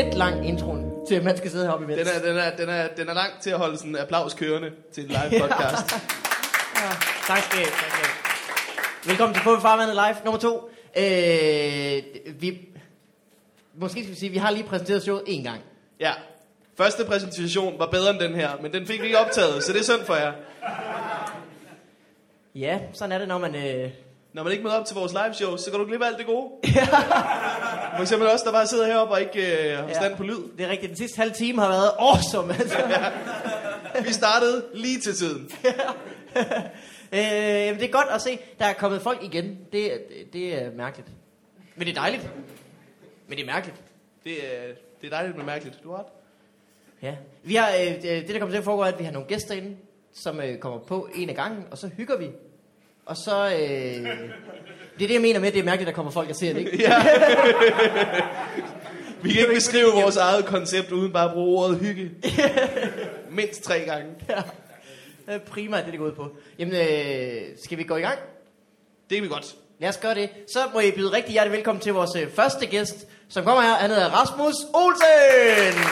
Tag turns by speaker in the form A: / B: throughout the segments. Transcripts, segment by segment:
A: lidt lang introen til, at man skal sidde heroppe imens.
B: Den er lang til at holde sådan en applaus kørende til et live podcast.
A: Ja, tak skal I have. Velkommen til Få vi Farvandet Live nummer 2. Måske skal vi sige, at vi har lige præsenteret showet en gang.
B: Ja, første præsentation var bedre end den her, men den fik vi ikke optaget, så det er synd for jer.
A: Ja, sådan er det, når man...
B: Når man ikke møder op til vores live show, så kan du glip af alt det gode. For eksempel også, der bare sidder heroppe og ikke har stand på lyd.
A: Det er rigtigt, den sidste halve time har været awesome. Altså.
B: Vi startede lige til tiden.
A: Det er godt at se, der er kommet folk igen. Det er mærkeligt. Men det er dejligt. Men det er mærkeligt.
B: Det er dejligt, men mærkeligt. Du har ret.
A: Ja. Vi har, det, der kommer til at foregå, er, at vi har nogle gæster inde, som kommer på en af gangen, og så hygger vi. Og så... det er det, jeg mener med, at det er mærkeligt, at der kommer folk og ser det, ikke?
B: Ja. Vi kan ikke beskrive vores eget koncept, uden bare at bruge ordet hygge. Mindst 3 gange.
A: Ja. Det er primært det går ud på. Jamen, skal vi gå i gang?
B: Det kan vi godt.
A: Lad os gøre det. Så må I byde rigtig hjertelig velkommen til vores første gæst, som kommer her. Han hedder Rasmus Olsen!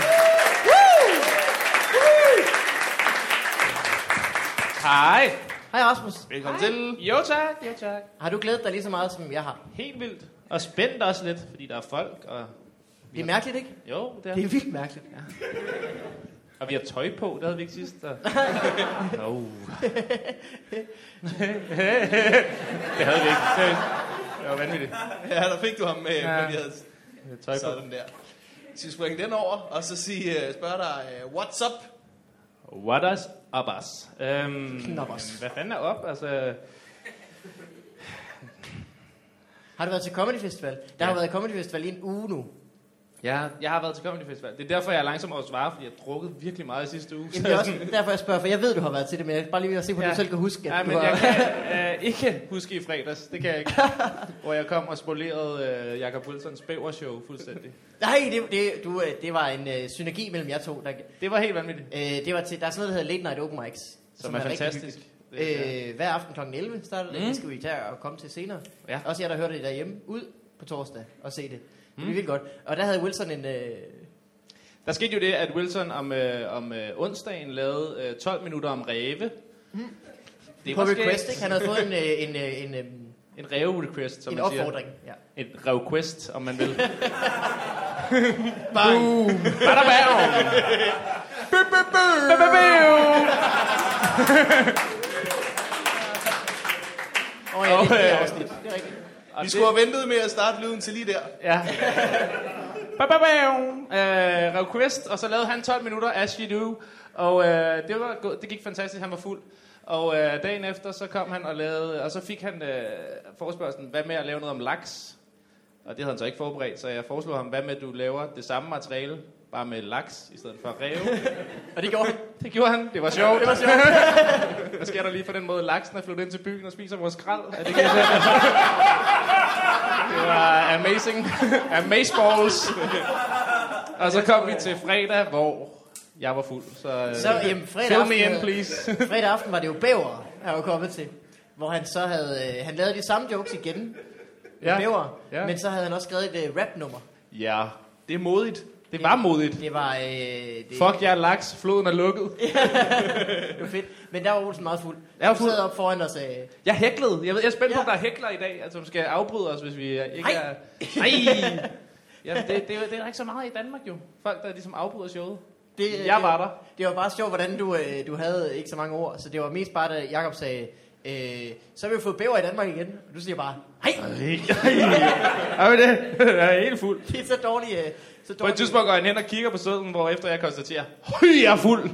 C: Hej.
A: Hej Rasmus.
B: Velkommen til.
C: Jo tak.
A: Har du glædet dig lige så meget, som jeg har?
C: Helt vildt. Og spændt også lidt, fordi der er folk. Og
A: det er mærkeligt, ikke?
C: Jo, det er.
A: Det er vildt mærkeligt. Ja.
C: Og vi har tøj på, det havde vi ikke sidst. Det havde vi ikke. Det var vanvittigt.
B: Ja, der fik du ham med,
C: ja.
B: Vi havde
C: tøj på.
B: Sådan der. Så vi springe den over, og så spørge dig, what's up?
C: What is up us?
A: Knoppers.
C: Hvad fanden er op? Altså...
A: Har du været til Comedy Festival? Der har været Comedy Festival i en uge nu.
C: Ja, jeg har været til Comedy Festival. Det er derfor, jeg er langsom at svare, fordi jeg har drukket virkelig meget i sidste uge.
A: Jamen, det er også derfor, jeg spørger, for jeg ved, du har været til det, men jeg bare lige vil se på, at du selv kan huske, at
C: ja,
A: du
C: men
A: har...
C: jeg kan ikke huske i fredags, det kan jeg ikke. Hvor jeg kom og spolerede Jakob Wilsons bævershow fuldstændig.
A: Nej, det var en synergi mellem jer to.
C: Det var helt vanvittigt.
A: Det var til, der er sådan noget, der hedder Late Night Open Mics.
C: Som er fantastisk.
A: Hver aften kl. 11 starter det. Det skal vi tage og komme til senere.
C: Ja.
A: Også jeg, der hørte det derhjemme, ud på torsdag og se det. Det er vildt godt. Og der havde Wilson en...
C: Der skete jo det, at Wilson om onsdagen lavede 12 minutter om ræve.
A: Det på request, ikke? Han havde fået
C: en ræve-request, som
A: en
C: man siger.
A: En opfordring, ja.
C: En request, om man vil.
B: Bang!
C: Badabam!
A: Det er afsnit. Det er rigtigt.
B: Vi skulle have ventet med at starte lyden til lige der.
C: Ja. Request, og så lavede han 12 minutter, as you do. Og det gik fantastisk, han var fuld. Og dagen efter, så kom han og lavede, og så fik han forespørgslen, hvad med at lave noget om laks? Og det havde han så ikke forberedt, så jeg foreslog ham, hvad med at du laver det samme materiale, bare med laks i stedet for ræve.
A: Og det gjorde han.
C: Det gjorde han. Det var sjovt.
A: Det var sjovt.
C: Hvad sker der lige for den måde, laksen er flyttet ind til byen og spiser vores skrald? Er det ikke det var amazing. Amazeballs. Og så kom vi til fredag, hvor jeg var fuld. Så
A: jamen,
C: fill me in, please.
A: Fredag aften var det jo Bæver, han var kommet til. Hvor han så havde... han lavede de samme jokes igen. Ja. Bæver. Ja. Men så havde han også skrevet et rap-nummer.
C: Ja.
B: Det er modigt.
C: Det var modigt.
A: Det var...
C: Fuck jer laks, floden er lukket.
A: Det var fedt. Men der var Olsen meget fuld. Jeg sad op foran og sagde...
C: Jeg hæklede. Jeg er spændt på, om der er hækler i dag. Altså, skal afbryde os, hvis vi ikke er... Nej! Ja, det er ikke så meget i Danmark jo. Folk, der ligesom afbryder showet. Jeg var der.
A: Det var bare sjovt, hvordan du havde ikke så mange ord. Så det var mest bare, da Jacob sagde... så har vi jo fået bæver i Danmark igen. Og du siger bare... Hej!
C: Er det? Jeg er helt fuld.
A: Det er så dårligt...
C: På et tidspunkt går han hen og kigger på sædlen, hvor efter jeg konstaterer, jeg er fuld.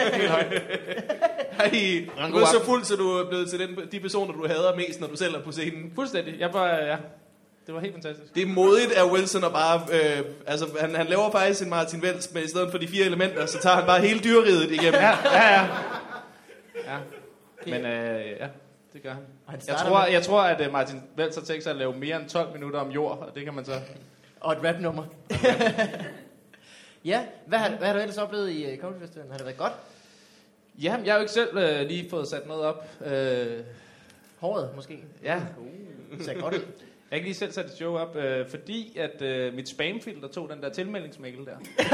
B: Du er så fuld, så du er blevet til de personer, du hader mest, når du selv er på scenen.
C: Fuldstændig. Det var helt fantastisk.
B: Det er modigt af Wilson at bare... han laver faktisk en Martin Welz, men i stedet for de 4 elementer, så tager han bare hele dyreriget igennem.
C: Ja. Men det gør han. Jeg tror, at Martin Welz har tænkt sig at lave mere end 12 minutter om jord, og det kan man så...
A: Og et rap-nummer. Ja, hvad har du ellers oplevet i Comedy Festivalen? Har det været godt?
C: Ja, jeg har jo ikke selv lige fået sat noget op.
A: Håret, måske?
C: Ja.
A: Det ser godt ud.
C: Jeg kan lige selv sætte et show op, fordi at mit spamfilter tog den der tilmeldingsmail der.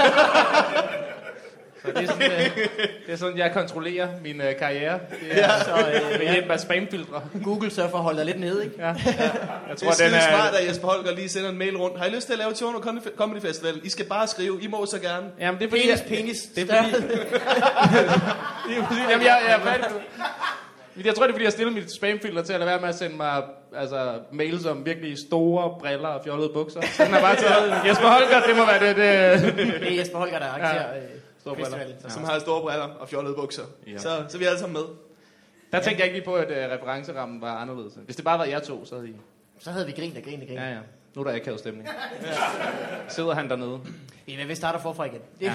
C: Så det er sådan, jeg kontrollerer min karriere. Det er med hjælp af spamfiltre.
A: Google sørger for at holde dig lidt nede, ikke?
C: Ja. Jeg
B: tror, det er smart, at Jesper Holger lige sender en mail rundt. Har I lyst til at lave et show under Comedy Festival? I skal bare skrive. I må så gerne.
C: Jamen, det er fordi...
A: Penis.
C: Det er fordi... Jamen, jeg er færdig. Jeg tror, det er fordi, jeg stiller mit spamfilter til at lade være med at sende mig mails om virkelig store briller og fjollede bukser. Så den har bare taget Jesper Holger, det må være det.
A: Det er Jesper Holger, der arrangerer festivalen.
B: Som har store briller og fjollede bukser. Ja. Så er vi alle sammen med.
C: Der tænkte jeg ikke lige på, at referencerammen var anderledes. Hvis det bare var jer to,
A: så havde vi grint.
C: Ja. Nu er der akavet stemning. Sidder han dernede.
A: Ja, vi starter forfra igen.
C: Ja.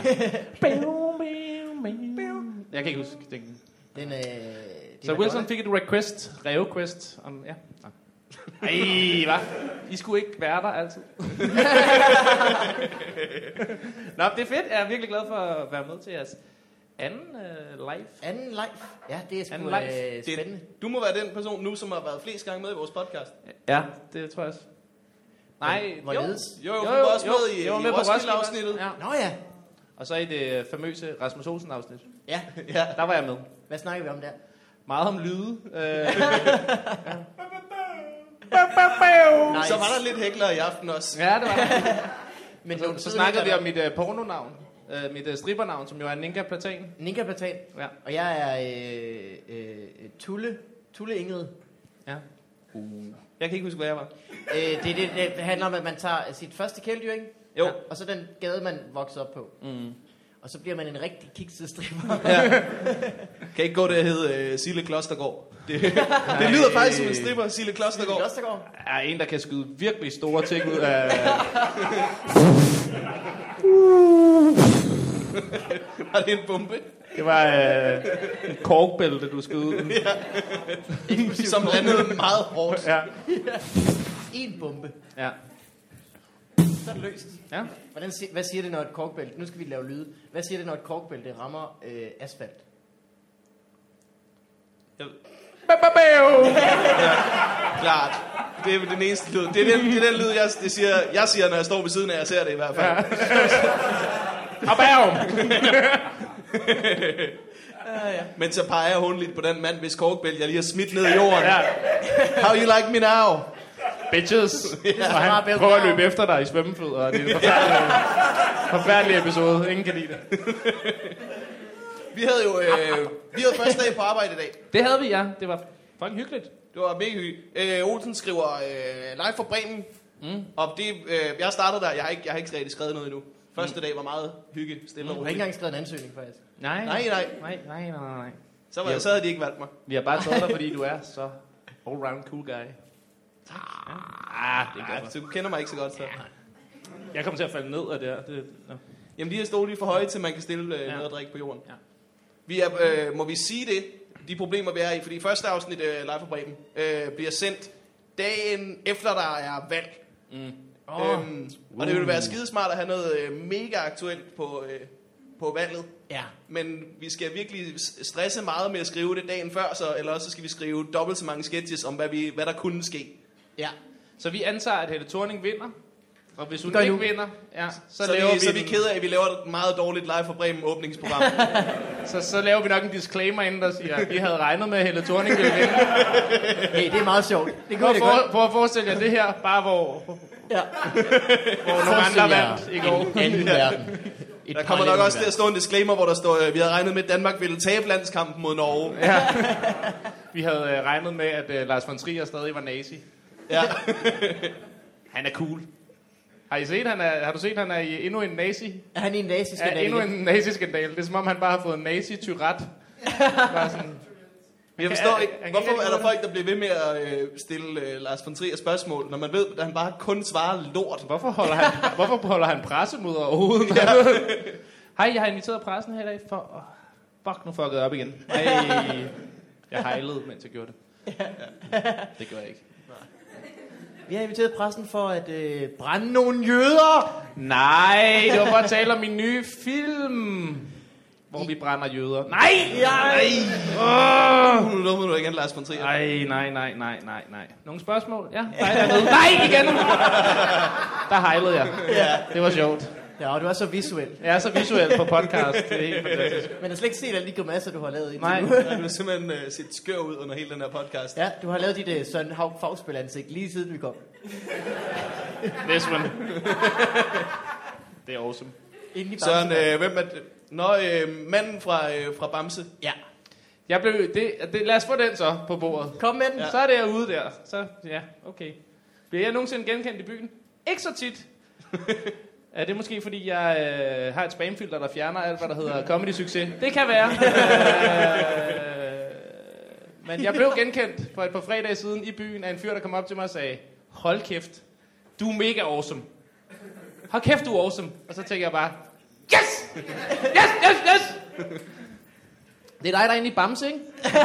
C: Jeg kan ikke huske den. Så Wilson fik et request, om, ja. Ej, hvad? I skulle ikke være der altid. Nå, det er fedt. Jeg er virkelig glad for at være med til jeres anden live.
A: Anden live? Ja, det er sgu spændende.
B: Du må være den person nu, som har været flest gange med i vores podcast.
C: Ja, det tror jeg også. Nej,
A: jo,
B: du var også med i Roskilde-afsnittet.
A: Ja. Nå ja.
C: Og så i det famøse Rasmus Olsen-afsnit.
A: Ja.
C: Der var jeg med.
A: Hvad snakker vi om der?
C: Meget om lyde.
B: Så var der lidt hækler i aften også.
C: Ja, det var der. Men så snakkede vi om mit pornonavn. Mit strippernavn, som jo er Ninka Platan.
A: Ninka Platan.
C: Ja.
A: Og jeg er Tulle Ingrid.
C: Ja.
B: Jeg kan ikke huske, hvad jeg var.
A: Det handler om, at man tager sit første kæledyr, ikke?
B: Jo.
A: Ja, og så den gade, man vokser op på. Og så bliver man en rigtig kikset stripper.
B: Ja. Kan ikke gå der og hedde Sille Klostergaard. Det lyder faktisk som en stripper, Sille Klostergaard.
C: Er en, der kan skyde virkelig store ting ud af...
B: Var det en bombe?
C: Det var en korkbælte, du skød ud.
B: Ja. Som landede meget hårdt.
C: Ja.
A: En bombe.
C: Ja.
A: Så er det løst.
C: Ja.
A: Hvad siger det, når et korkbælte... Nu skal vi lave lyde. Hvad siger det, når et korkbælte rammer asfalt?
B: Ja, klart. Det er den eneste lyd. Det er den lyd, jeg siger, når jeg står ved siden af. Jeg ser det i hvert fald.
C: Og bam!
B: Men så peger hun lidt på den mand, hvis korkbælte jeg lige har smidt ned i jorden. Ja. How you like me now?
C: Bitches. Ja. Og han prøver at løbe efter dig i svømmefødder, og det er en forfærdelig episode. Ingen kan lide det.
B: Vi havde første dag på arbejde i dag.
C: Det havde vi, ja. Det var fucking hyggeligt.
B: Det var mega hyggeligt. Olsen skriver live fra Bremen. Og det, jeg startede der. Jeg har ikke rigtig skrevet noget endnu. Første dag var meget hygge, stille og
A: roligt. Du har ikke engang skrevet en ansøgning, faktisk.
C: Nej.
B: Så havde de ikke valgt mig.
C: Vi har bare taget dig, fordi du er så all-round cool guy. Det er
B: godt. Du kender mig ikke så godt, så.
C: Jeg kommer til at falde ned af det her.
B: Jamen, de her stole, de er for høje til, at man kan stille noget at drikke på jorden. Ja. Vi er, må vi sige det, de problemer, vi er i, fordi første afsnit live fra Bremen bliver sendt dagen efter, der er valg. Og det vil være skidesmart at have noget mega aktuelt på valget.
A: Ja.
B: Men vi skal virkelig stresse meget med at skrive det dagen før, eller også skal vi skrive dobbelt så mange sketches om, hvad der kunne ske.
A: Ja.
C: Så vi antager, at Helle Thorning vinder. Og hvis hun ikke vinder, så
B: er vi ked af, at vi laver et meget dårligt live fra Bremen åbningsprogram.
C: så laver vi nok en disclaimer inden, der siger, at vi havde regnet med, at Helle Thorning ville vinde.
A: Hey, det er meget sjovt.
C: Prøv at forestille jer det her, bare hvor nogle andre vandt i går.
A: Anden verden.
B: Der kommer nok også til at stå en disclaimer, hvor der står, vi havde regnet med, at Danmark ville tabe landskampen mod Norge.
C: Ja. Vi havde regnet med, at Lars von Trier stadig var nazi.
B: Ja.
C: Han er cool. Har du set, han er i endnu en nazi?
A: Er han i en nazi-skandal?
C: Ja, endnu en nazi-skandal. Det er som om, han bare har fået en nazi-tyrat. Bare sådan...
B: Jeg forstår ikke, hvorfor er der folk, der bliver ved med at stille Lars von Trier spørgsmål, når man ved, at han bare kun svarer lort?
C: Hvorfor holder han pressemøder overhovedet? Ja. Hej, jeg har inviteret pressen her i dag for... Fuck, nu fuckede jeg op igen. Jeg hejlede, mens jeg gjorde det. Det gør jeg ikke.
A: Vi har inviteret pressen for at brænde nogle jøder.
C: Nej, det var bare at tale om min nye film, hvor vi brænder jøder. Nej!
B: Nu må du ikke igen, Lars von Trier.
C: Nej. Nogle spørgsmål? Ja, nej, igen! Der hejlede jeg.
A: Ja.
C: Det var sjovt.
A: Ja, og du er så visuel.
C: Jeg er så visuel på podcast. Det er helt fantastisk.
A: Men jeg har slet ikke set alle de grimasser, du har lavet indtil
C: Nej.
A: nu.
B: Du har simpelthen set skør ud under hele den her podcast.
A: Ja, du har lavet dit Søren Haug fagspilansigt lige siden vi kom.
C: This one. Det er awesome.
A: Inden i
B: Søren,
A: Bamse.
B: hvem er det? Manden fra Bamse.
A: Ja.
C: Jeg blev, lad os få den så på bordet.
A: Kom med den.
C: Ja. Så er det jeg ude der. Så, ja, okay. Bliver jeg nogensinde genkendt i byen? Ikke så tit. Er det måske fordi, jeg har et spamfilter, der fjerner alt, hvad der hedder comedy-succes? Det kan være. Men jeg blev genkendt for et par fredage siden i byen af en fyr, der kom op til mig og sagde, hold kæft, du er mega awesome. Hold kæft, du er awesome. Og så tænker jeg bare, yes! Yes! Det er dig, der er inde i Bamse, ikke?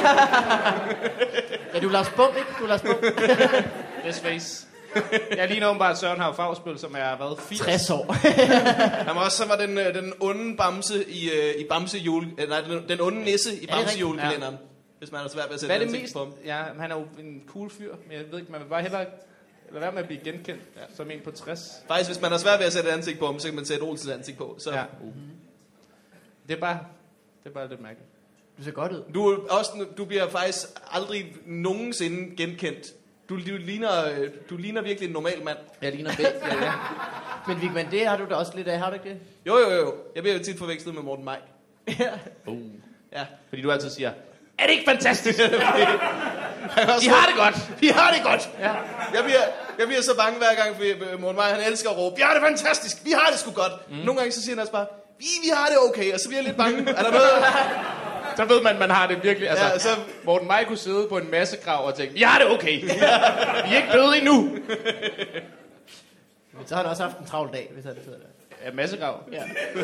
A: Ja, du er Lars Bum, ikke? Du er Lars Bum.
C: Let's face. Jeg ligner åbenbart Søren Haug Fagspil, som er, hvad, 80?
A: 60 år.
B: Han var også så var den onde Bamse i Bamse jule... Nej, den onde nisse i Bamse julekalenderen. Ja. Hvis man er svært ved at sætte
C: hvad er det
B: ansigt
C: mest?
B: på ham.
C: Ja, han er jo en cool fyr, men jeg ved ikke, man vil bare hellere lade være med at blive genkendt som en på 60.
B: Faktisk, hvis man er svært ved at sætte ansigt på ham, så kan man sætte Olsens ansigt på. Så.
C: Ja. Det er bare lidt mærkeligt.
A: Du ser godt ud.
B: Du bliver faktisk aldrig nogensinde genkendt. Du ligner virkelig en normal mand.
C: Jeg ligner bedst, ja.
A: Men Vigman, det har du da også lidt af, har du ikke det?
B: Jo. Jeg bliver jo tit forvekslet med Morten Maj.
A: Ja.
B: Ja.
C: Fordi du altid siger, er det ikke fantastisk?
B: Vi
C: har det godt.
B: Vi har det godt.
C: Ja.
B: Jeg bliver så bange hver gang, for Morten Maj, han elsker at råbe, vi har det fantastisk, vi har det sgu godt. Nogle gange så siger han også bare, vi har det okay, og så bliver jeg lidt bange. Er der noget?
C: Så ved man har det virkelig. Altså,
B: Ja, så...
C: Morten Maj kunne sidde på en masse grav og tænke, vi har det okay. Vi er ikke døde endnu.
A: Men så har han også haft en travl dag, hvis han sidder der.
C: Ja, massegrav.
A: Ja.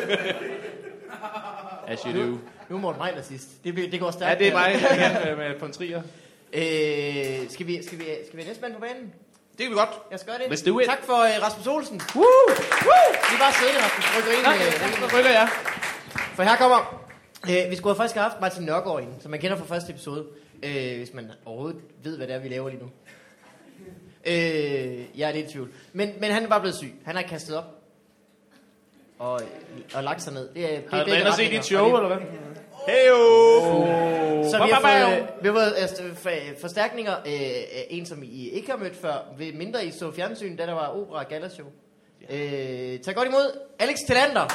C: As you do.
A: Nu er Morten Maj der sidst. Det går stærkt.
C: Ja, det er mig, der kan med von Trier.
A: Skal vi have næste mand på banen?
B: Det kan vi godt.
A: Jeg skal gøre det.
C: Let's do it.
A: Tak for Rasmus Olsen.
C: Woo!
A: Vi bare sidde, Rasmus. Rykker ind.
C: Så rykker jeg.
A: For her kommer... vi skulle have faktisk have haft Martin Nørgaard ind, som man kender fra første episode. Hvis man overhovedet ved, hvad det er, vi laver lige nu. Jeg er lidt i tvivl. Men han er bare blevet syg. Han er kastet op. Og lagt sig ned. Det
C: har du været inde og set dit show, eller hvad?
B: Heyo!
A: Så vi har fået forstærkninger. En, som I ikke har mødt før. Ved mindre I så fjernsyn, da der var opera gala show. Tag godt imod Alex Tillander.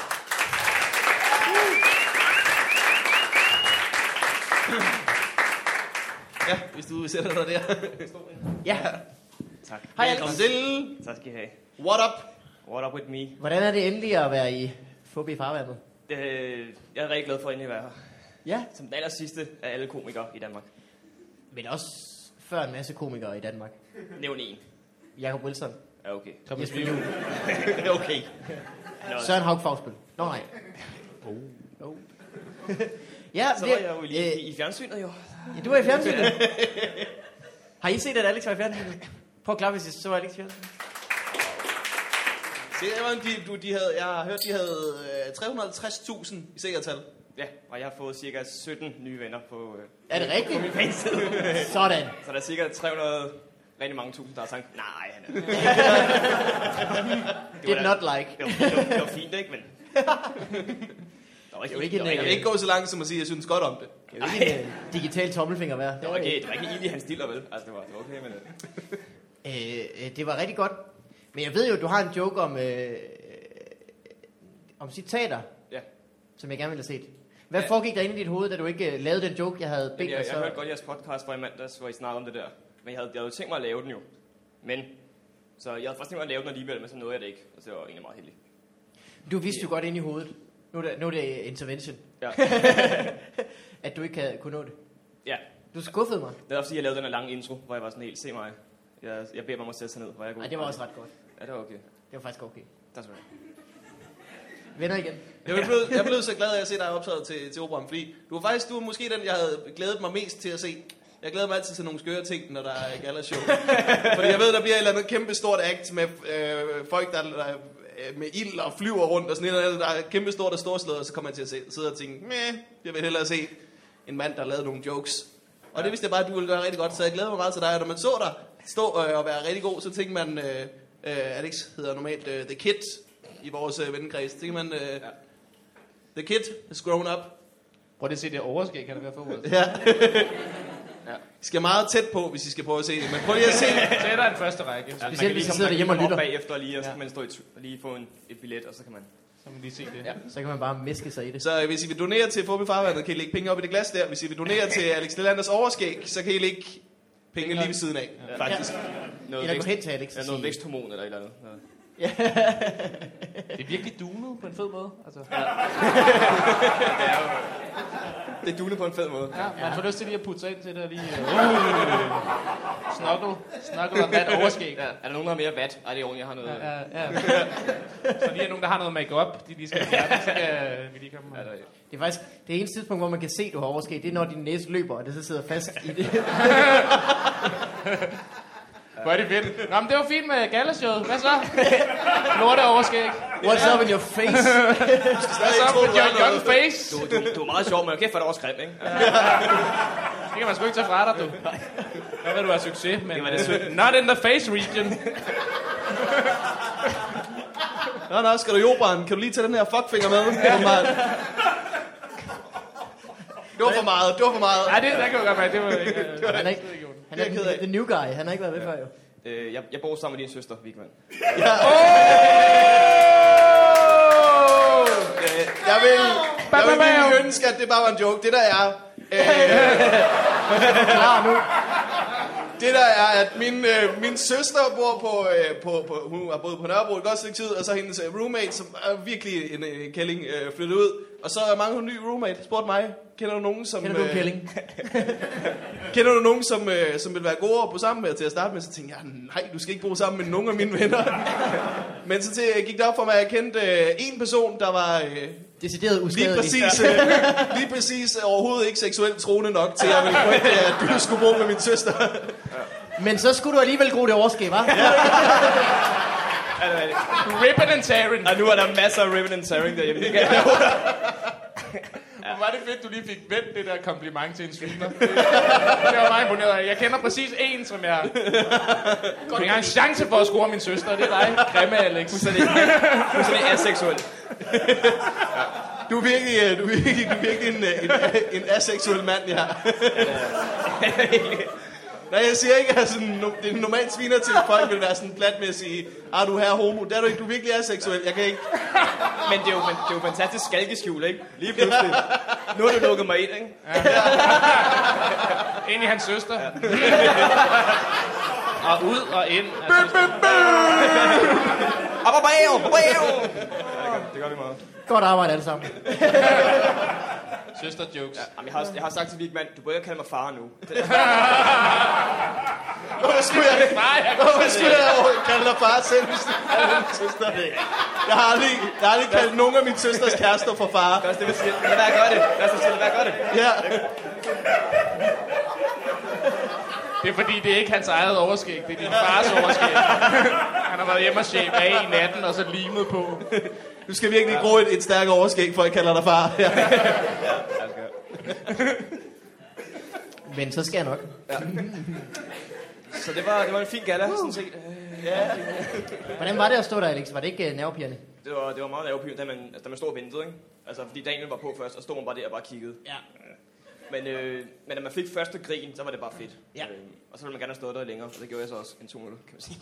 B: Ja, hvis du sætter dig der.
A: Ja.
D: Tak.
A: Hej Alex.
B: Velkommen til.
D: Tak skal I have.
B: What up?
D: What up with me?
A: Hvordan er det endelig at være i Fubi Farvandet?
D: Jeg er rigtig glad for at endelig være her.
A: Ja.
D: Som den aller sidste af alle komikere i Danmark.
A: Men også før en masse komikere i Danmark.
D: Nævn en.
A: Jacob Wilson.
D: Ja, okay.
A: Thomas Juhl.
B: Okay.
A: Søren Haug Fagspil. Nå nej. Ja,
D: Så var jeg jo lige i fjernsynet jo.
A: Ja, du er i fjernsynet. Har I set, at Alex var i fjernsynet? Prøv at klappe, hvis I så Alex i fjernsynet.
B: Se, jeg har hørt, de havde 350.000 i seertal.
D: Ja, og jeg har fået cirka 17 nye venner på,
A: Er det rigtigt?
D: på min fanside.
A: Sådan.
D: Så der er cirka 300 rigtig mange tusind, der har sagt, nej, han er...
A: Did not like.
D: Det var fint, ikke? Men...
A: Det var ikke en,
B: Jeg vil ikke gå så langt som at sige, at jeg synes godt om det.
A: det var ikke en digital tommelfinger værd.
D: Det var ikke ild i hans stiller, vel? Altså, det var okay, men...
A: Det var rigtig godt. Men jeg ved jo, du har en joke om citater,
D: Ja.
A: som jeg gerne ville have set. Hvad foregik der inde i dit hoved, da du ikke lavede den joke, jeg havde bedt dig
D: Jeg
A: så?
D: hørte godt jeres podcast fra i mandags, hvor I snakkede om det der. Men jeg havde jo tænkt mig at lave den jo. Men, så jeg havde først tænkt mig at lave den alligevel, men så nåede jeg det ikke. Og så var jeg egentlig meget heldig.
A: Du vidste jo godt inde i hovedet. Nu er det intervention.
D: Ja.
A: At du ikke kunne nå det.
D: Ja.
A: Du skuffede mig.
D: Det er også fordi, jeg lavede den her lange intro, hvor jeg var sådan helt, se mig. Jeg beder mig om at sætte sig ned, hvor jeg er god.
A: Nej, det var også ret godt.
D: Ja, det var okay.
A: Det var faktisk okay.
D: Tak skal du have.
A: Venner igen.
B: Jeg blev så glad, at jeg ser dig optaget til operaen, fordi du var måske den, jeg havde glædet mig mest til at se. Jeg glæder mig altid til nogle skøre ting, når der er gala-show. Fordi jeg ved, der bliver et eller andet kæmpe stort act med folk, der med ild og flyver rundt og sådan noget, der er kæmpe stort og storslået, og så kommer jeg til at sidde og tænke, jeg vil hellere se en mand, der har lavet nogle jokes. Og det vidste jeg bare, at du ville gøre rigtig godt, så jeg glæder mig meget til dig. Og når man så dig stå og være rigtig god, så tænker man, Alex hedder normalt The Kid i vores vennekreds. Så tænker man, The Kid is grown up.
C: Prøv lige at se det overskæg, kan det være forberedt?
B: Ja. I skal meget tæt på, hvis I skal prøve at se det. Men prøv lige at se det.
C: Så er der en første række.
A: Ja, specielt hvis I sidder derhjemme og lytter.
D: Bagefter lige, og så kan man stå lige få et billet, og så kan man...
C: Så man lige se det.
A: Ja. Så kan man bare miske sig i det.
B: Så hvis I vil donere til Fobi Farvandet, kan I lægge penge op i det glas der. Hvis I vil donere til Alex Nelanders overskæg, så kan I lægge penge lige ved siden af, faktisk.
A: Eller gå hen til Alex.
D: Ja, noget væksthormon eller et eller andet.
A: Ja.
C: Det er virkelig dunet på en fed måde. Altså.
D: Det er dunet på en fed måde.
C: Ja, man får lyst til lige at putte sig ind til det og lige... Snuggle og vat overskæg.
D: Ja. Er der nogen, der har mere vat? Ej, det er ordentligt, jeg har noget...
C: Ja. Så lige er nogen, der har noget make-up, de lige skal fjerne, så kan vi lige komme her.
A: Det er faktisk det eneste tidspunkt, hvor man kan se, at du har overskæg. Det er, når din næse løber, og det så sidder fast i det.
C: Hvor er det fedt. Nå, men det var fint med galashowet. Hvad så? Lorte overskæg.
A: What's up in your face?
C: What's up with your young face?
D: Du er meget sjov, men kæft for det overskrift, ikke?
C: Det kan man sgu ikke tage fra dig, du. Der vil du have succes, men not in the face region.
B: Nå, skal du i operaen? Kan du lige tage den her fuckfinger med? Det var for meget.
C: Nej, det kan jo godt være. Det var ikke...
A: Han er the new guy. Han har ikke været med før, jo.
D: Jeg bor sammen med din søster, Vigman.
B: Ja. Jeg vil ønske, at det bare var en joke. Det der er... Det der er, at min søster bor på hun har boet på Nørrebro et godt stykke tid, og så hendes roommate, som er virkelig en kælling, flyttet ud. Og så mangler hun en ny roommate. Spurgte mig, kender du nogen, som...
A: Kender du en kælling?
B: Kender du nogen, som vil være gode at bo sammen med til at starte med? Så tænkte jeg, nej, du skal ikke bo sammen med nogen af mine venner. Men så gik det op for mig, at jeg kendte en person, der var...
A: Decideret uskadelig.
B: Lige præcis overhovedet ikke seksuelt troende nok til, at jeg ville frygte, at du skulle bo med min søster.
A: Men så skulle du alligevel gro det overskæg, hva'?
B: Ja.
C: Ribbon and tearing.
D: Og nu er der masser af ribbon and tearing derhjemme.
C: Hvor var det fedt, du lige fik vendt det der kompliment til en streamer. Det var meget imponeret af. Jeg kender præcis en, som jeg ikke har en chance for at score min søster. Det er dig, grimme Alex.
D: Fuldstændig aseksuel.
B: Du er virkelig en aseksuel mand, ja. Nej, jeg siger ikke, at det er normalt sviner til, at folk vil være sådan plat med at sige, du er her homo. Det er du ikke, du er virkelig aseksuel. Jeg kan ikke...
D: Men det er jo fantastisk skalkeskjul, ikke? Lige pludselig. Nu har du lukket mig ind, ikke?
C: Ja. Ind i hans søster. Ja. Og ud og ind.
D: Det gør vi meget.
A: Godt arbejde alle sammen.
C: Søster jokes.
D: Ja, jeg har sagt til Vigman, du bør ikke kalde mig far nu.
B: Hvorfor skulle jeg kalde dig far selv, hvis du kalder min søster? Jeg har aldrig kaldt nogen af min søsters kærester for far.
D: Det vil sige, lad være gøre det. Lad være gøre det.
B: Ja.
C: Det er fordi, det er ikke hans eget overskæg. Det er din fars overskæg. Han har været hjemme og shape af i natten, og så limet på.
B: Du skal virkelig gro et stærkt overskæg, for jeg kalder dig far. Ja.
A: Men så skal jeg nok.
D: Ja. Så det var en fin gala, sådan set.
B: Ja.
A: Hvordan var det at stå der, Alex? Var det ikke nervepirrende?
D: Det var meget nervepirrende, da man stod og ventede, ikke? Altså, fordi Daniel var på først, og stod man bare der og bare kiggede.
A: Ja.
D: Men da man fik første grin, så var det bare fedt.
A: Ja.
D: Og så ville man gerne have stået der længere, og det gjorde jeg så også en 2 minutter, kan man sige.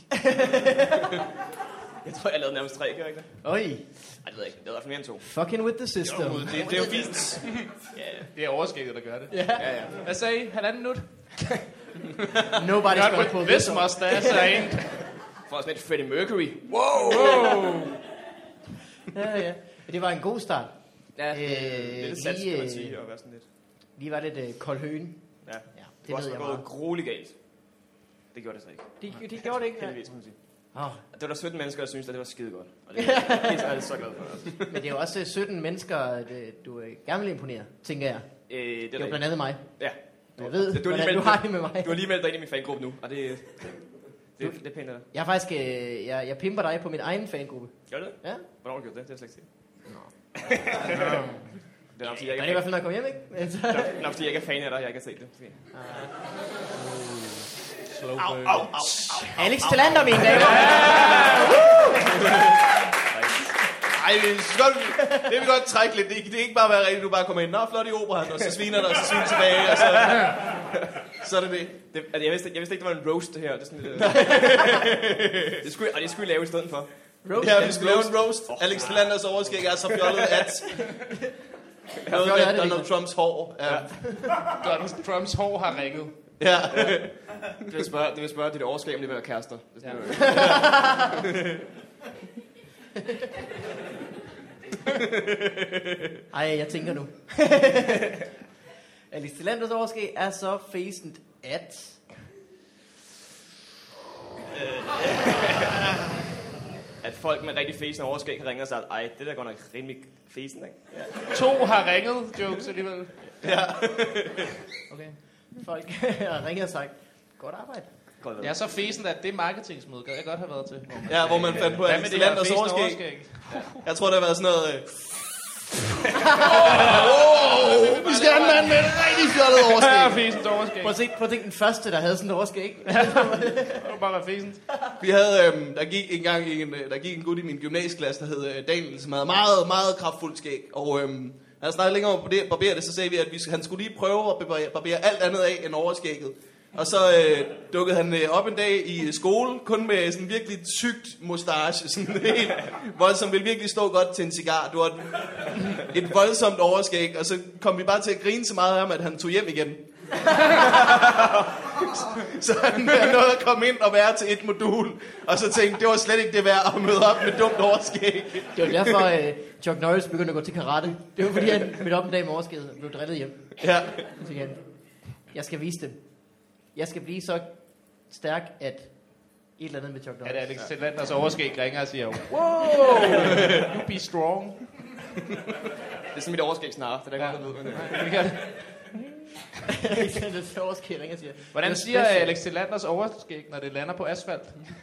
D: Jeg tror, jeg lavede nærmest 3, gør jeg ikke det?
A: Oj.
D: Nej, det ved jeg ikke. Det var i hvert fald mere end 2.
A: Fucking with the system.
C: Jo, det er jo fint. Ja, det er overskægget, der gør det.
A: Ja.
C: Hvad sagde I? 1,5 minut?
A: Nobody's gonna pull
C: this mustache, I ain't.
D: For sådan et Freddie Mercury.
C: Wow!
A: Ja. Det var en god start.
D: Ja, lidt sats, kan man sige, og være sådan lidt.
A: Lige var lidt kold høen.
D: Ja,
A: det
D: ved jeg meget. Det var gået grueligt galt. Det gjorde det så ikke.
A: Det gjorde det ikke?
D: Heldigvis, kan man sige.
A: Oh.
D: Det var der 17 mennesker, der syntes, at det var skide godt. Og det er jeg så glad for. Altså.
A: Men det er jo også 17 mennesker, du gerne vil imponere, tænker jeg. Det er jo blandt andet mig.
D: Ja.
A: Jeg ved, hvordan du har det med mig.
D: Du har lige meldt dig ind i min fangruppe nu, og det er pænt af dig.
A: Jeg har faktisk, jeg pimper dig på min egen fangruppe.
D: Gør det?
A: Ja.
D: Hvornår har du gjort det? Det har jeg slet ikke set. Det er nok, fordi
A: det er i hvert fald, når jeg kommer hjem, ikke?
D: Det er nok, fordi jeg ikke er fan af dig, jeg ikke har set det.
A: Au. Alex Tillander, mine damer.
B: Ej, det vil godt trække lidt. Det er ikke bare være rigtigt, du bare kommer ind. Nå, flot i operaen, og så sviner der, og så sviner tilbage, og så er det det.
D: Jeg vidste ikke, det var en roast, det her. Det er sådan lidt, det skulle vi lave i stedet for.
B: Ja, vi skulle lave en roast. Alex Tillanders overskæg er så fjollet, at noget med Donald Trumps hår. Ja.
C: Donald Trumps hår har ringet.
B: Ja.
D: Det vil spørge dit overskæg, om det vil være kærester.
A: Ej, jeg tænker nu. Alex Tillanders overskæg er så fæsent, at...
D: At folk med rigtig fæsende overskæg ringer og siger, ej, det der går nok rimelig fæsent, ikke?
C: Ja. 2 har ringet, jokes alligevel.
B: Ja.
A: Okay. Folk har ringet og sagt, godt arbejde.
C: Ja, så fæsent, at det marketingsmøde gad jeg godt have været til.
B: Ja, hvor man fandt på Alex Tillanders overskæg. Ja. Jeg tror, det har været sådan noget... vi skal have en mand med et rigtig fjollet overskæg.
C: Ja, fæsent overskæg.
A: Prøv at tænke den første, der havde sådan et overskæg.
C: Det var bare fæsent.
B: Vi havde, der gik en gut i min gymnasieklasse, der hed Daniel, som havde meget, meget kraftfuldt skæg. Og han snakkede længere om at barbere det, så sagde vi, at han skulle lige prøve at barbere alt andet af end overskægget. Og så dukkede han op en dag i skole, kun med sådan virkelig sygt mustache, sådan helt voldsomt, ville virkelig stå godt til en cigar. Du var et voldsomt overskæg, og så kom vi bare til at grine så meget af ham, at han tog hjem igen. Så han nåede at komme ind og være til et modul, og så tænkte, det var slet ikke det værd at møde op med dumt overskæg.
A: Det var derfor, Chuck Norris begyndte at gå til karate. Det var fordi, han mødte op en dag med overskægget og blev drillet hjem.
B: Ja.
A: Så han, jeg skal vise dem. Jeg skal blive så stærk, at et eller andet med Chuck Norris.
C: At Alex Tillanders overskæg ringer og siger, wow, you be strong.
D: Det er sådan mit overskæg snart, det er der godt, der ved.
A: Alex Tillanders overskæg ringer og siger...
C: Hvordan siger Alex Tillanders overskæg, når det lander på asfalt?